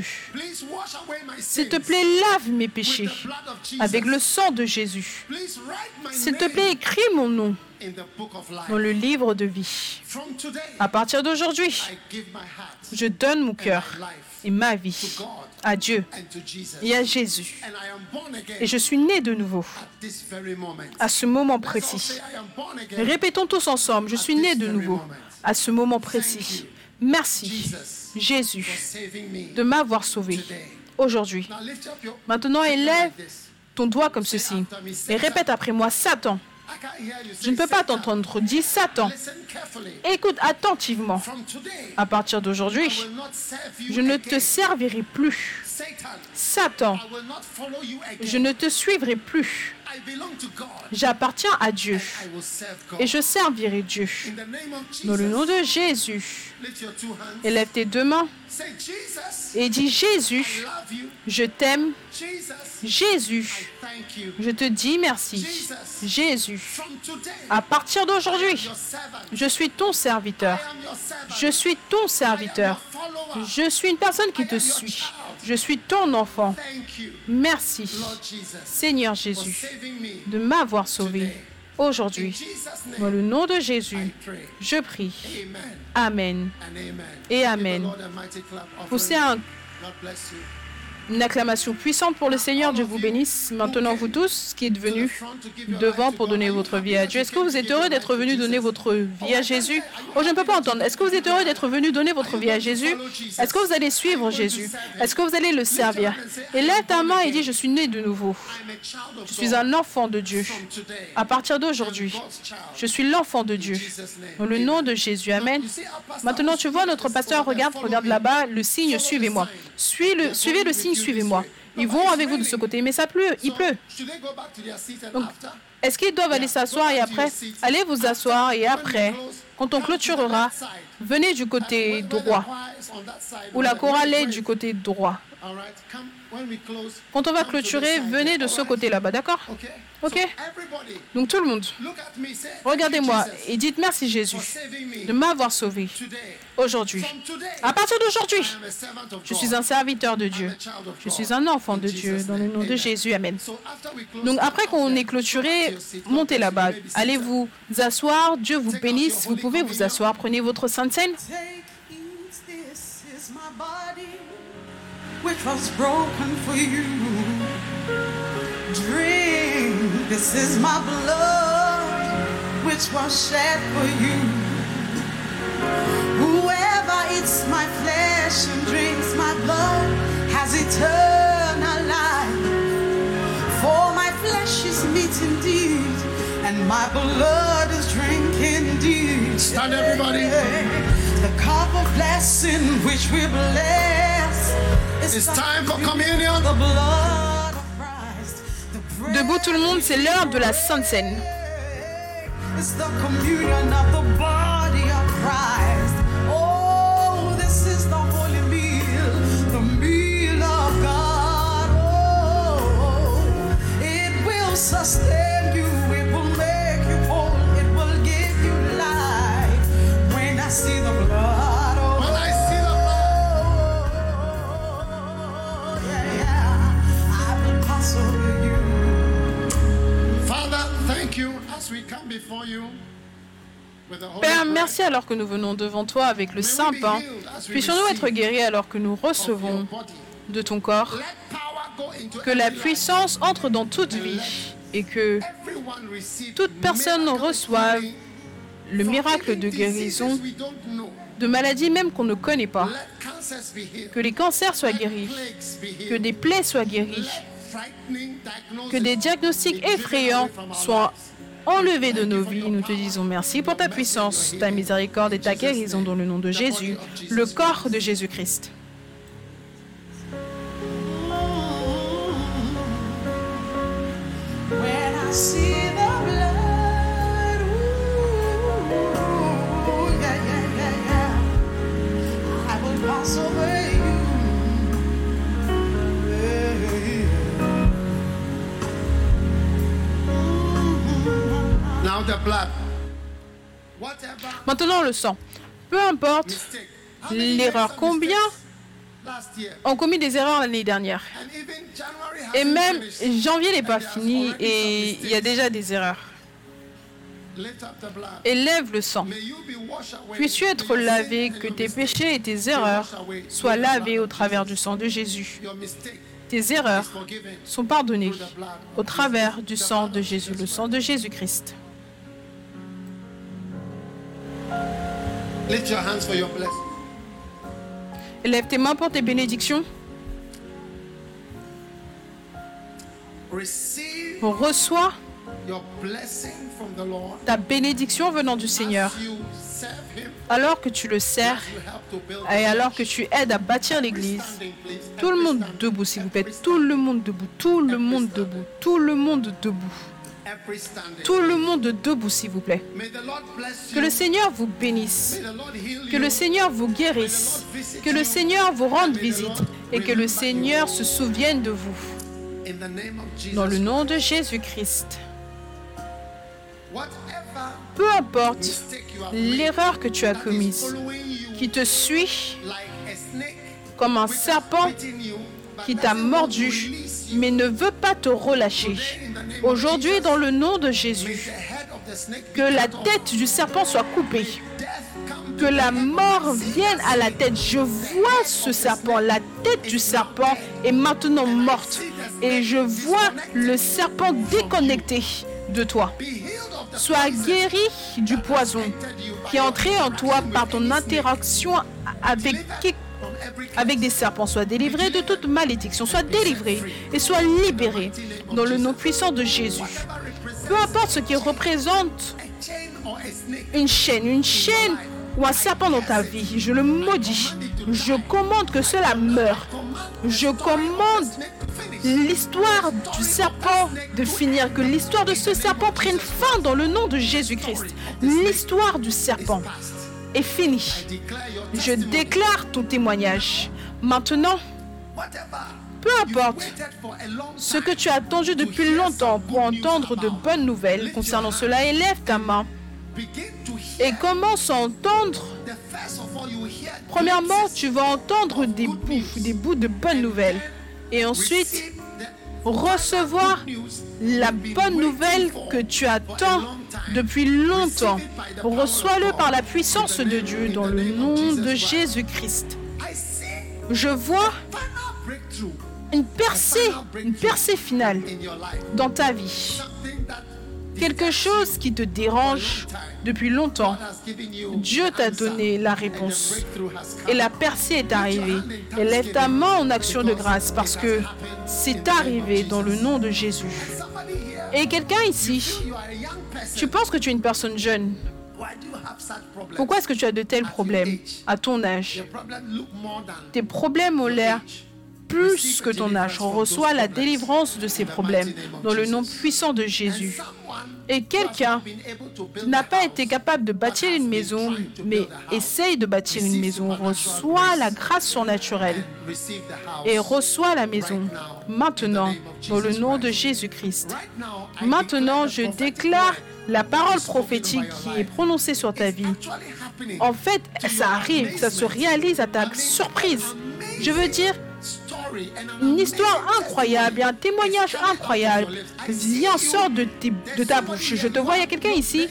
s'il te plaît, lave mes péchés avec le sang de Jésus. S'il te plaît, écris mon nom dans le livre de vie. À partir d'aujourd'hui, je donne mon cœur et ma vie à Dieu et à Jésus. Et je suis né de nouveau à ce moment précis. Répétons tous ensemble, je suis né de nouveau à ce moment précis. Merci, Jésus, de m'avoir sauvé aujourd'hui. Maintenant, élève ton doigt comme ceci et répète après moi, Satan. Je ne peux pas t'entendre. Dis Satan. Écoute attentivement. À partir d'aujourd'hui, je ne te servirai plus. Satan, je ne te suivrai plus. J'appartiens à Dieu et je servirai Dieu. Dans le nom de Jésus, élève tes deux mains et dis Jésus, je t'aime. Jésus, je te dis merci. Jésus, à partir d'aujourd'hui, je suis ton serviteur. Je suis ton serviteur. Je suis une personne qui te suit. Je suis ton enfant. Merci, Seigneur Jésus, de m'avoir sauvé aujourd'hui. Dans le nom de Jésus, je prie. Amen et Amen. Poussez un Une acclamation puissante pour le Seigneur. Dieu vous bénisse. Maintenant, vous tous qui êtes venus devant pour donner votre vie à Dieu, est-ce que vous êtes heureux d'être venus donner votre vie à Jésus? Oh, je ne peux pas entendre. Est-ce que vous êtes heureux d'être venus donner votre vie à Jésus? Est-ce que vous allez suivre Jésus? Est-ce que vous allez le servir? Et lève ta main et dis, je suis né de nouveau. Je suis un enfant de Dieu. À partir d'aujourd'hui, je suis l'enfant de Dieu. Dans le nom de Jésus. Amen. Maintenant, tu vois, notre pasteur regarde là-bas, le signe, suivez-moi. Suivez le signe, suivez-moi. Ils vont avec vous de ce côté, mais il pleut. Donc, est-ce qu'ils doivent aller s'asseoir et après? Allez vous asseoir et après, quand on clôturera, venez du côté droit. Ou la chorale est du côté droit. Quand on va clôturer, venez de ce côté là-bas, d'accord? Ok? Donc tout le monde, regardez-moi et dites merci Jésus de m'avoir sauvé aujourd'hui. À partir d'aujourd'hui, je suis un serviteur de Dieu. Je suis un enfant de Dieu dans le nom de Jésus. Amen. Donc après qu'on ait clôturé, montez là-bas. Allez vous asseoir. Dieu vous bénisse. Vous pouvez vous asseoir. Prenez votre Sainte Seine. Which was broken for you. Drink, this is my blood, which was shed for you. Whoever eats my flesh and drinks my blood has eternal life. For my flesh is meat indeed, and my blood is drink indeed. Stand everybody. The cup of blessing which we bless. It's time for communion. Debout tout le monde, c'est l'heure de la Sainte Seine. It's the communion of the body of Christ. Oh, this is the holy meal, the meal of God. Oh, it will sustain you, it will make you whole, it will give you life. When I see the blood. Père, merci alors que nous venons devant toi avec le saint pain. Puissions-nous être guéris alors que nous recevons de ton corps. Que la puissance entre dans toute vie et que toute personne reçoive le miracle de guérison de maladies même qu'on ne connaît pas. Que les cancers soient guéris, que des plaies soient guéries, que des diagnostics effrayants soient enlevés de nos vies. Nous te disons merci pour ta puissance, ta miséricorde et ta guérison dans le nom de Jésus, le corps de Jésus-Christ. Maintenant, le sang. Peu importe l'erreur. Combien ont commis des erreurs l'année dernière? Et même janvier n'est pas fini et il y a déjà des erreurs. Élève le sang. Puisses-tu être lavé, que tes péchés et tes erreurs soient lavés au travers du sang de Jésus. Tes erreurs sont pardonnées au travers du sang de Jésus, le sang de Jésus-Christ. Lift your hands for your blessing. Lève tes mains pour tes bénédictions. Reçois ta bénédiction venant du Seigneur. Alors que tu le sers et alors que tu aides à bâtir l'église. Tout le monde debout, s'il vous plaît. Tout le monde debout. Tout le monde debout. Tout le monde debout. Tout le monde debout, s'il vous plaît. Que le Seigneur vous bénisse. Que le Seigneur vous guérisse. Que le Seigneur vous rende visite. Et que le Seigneur se souvienne de vous. Dans le nom de Jésus-Christ. Peu importe l'erreur que tu as commise, qui te suit comme un serpent qui t'a mordu, mais ne veut pas te relâcher. Aujourd'hui, dans le nom de Jésus, que la tête du serpent soit coupée. que la mort vienne à la tête. Je vois ce serpent, la tête du serpent est maintenant morte. Et je vois le serpent déconnecté de toi. Sois guéri du poison qui est entré en toi par ton interaction avec des serpents. Sois délivré de toute malédiction. Sois délivré et sois libéré dans le nom puissant de Jésus. Peu importe ce qui représente une chaîne ou un serpent dans ta vie, je le maudis. Je commande que cela meure. Je commande l'histoire du serpent de finir, que l'histoire de ce serpent prenne fin dans le nom de Jésus-Christ. L'histoire du serpent est finie. Je déclare ton témoignage. Maintenant, peu importe ce que tu as attendu depuis longtemps pour entendre de bonnes nouvelles concernant cela, élève ta main et commence à entendre. Premièrement, tu vas entendre des bouts de bonnes nouvelles. Et ensuite, recevoir la bonne nouvelle que tu attends depuis longtemps. Reçois-le par la puissance de Dieu dans le nom de Jésus-Christ. Je vois une percée finale dans ta vie. Quelque chose qui te dérange depuis longtemps. Dieu t'a donné la réponse et la percée est arrivée. Élève ta main en action de grâce parce que c'est arrivé dans le nom de Jésus. Et quelqu'un ici, tu penses que tu es une personne jeune. Pourquoi est-ce que tu as de tels problèmes à ton âge? Tes problèmes ont l'air plus que ton âge. Reçois la délivrance de ces problèmes dans le nom puissant de Jésus. Et quelqu'un n'a pas été capable de bâtir une maison, mais essaye de bâtir une maison. Reçois la grâce surnaturelle et reçois la maison maintenant dans le nom de Jésus-Christ. Maintenant, je déclare la parole prophétique qui est prononcée sur ta vie. En fait, ça arrive, ça se réalise à ta surprise. Je veux dire, une histoire incroyable, un témoignage incroyable vient, sort de ta bouche. Je te vois, il y a quelqu'un ici.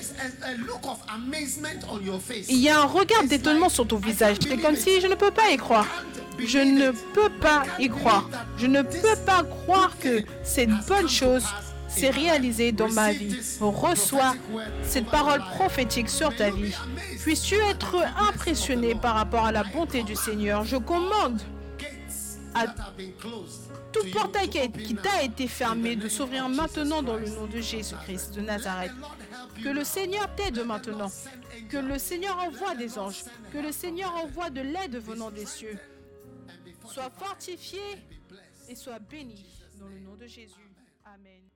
Il y a un regard d'étonnement sur ton visage. C'est comme si je ne peux pas y croire. Je ne peux pas y croire. Je ne peux pas croire que cette bonne chose s'est réalisée dans ma vie. Reçois cette parole prophétique sur ta vie. Puisses-tu être impressionné par rapport à la bonté du Seigneur. Je commande à tout portail qui t'a été fermé de s'ouvrir maintenant dans le nom de Jésus-Christ de Nazareth. Que le Seigneur t'aide maintenant. Que le Seigneur envoie des anges. Que le Seigneur envoie de l'aide venant des cieux. Sois fortifié et sois béni dans le nom de Jésus. Amen.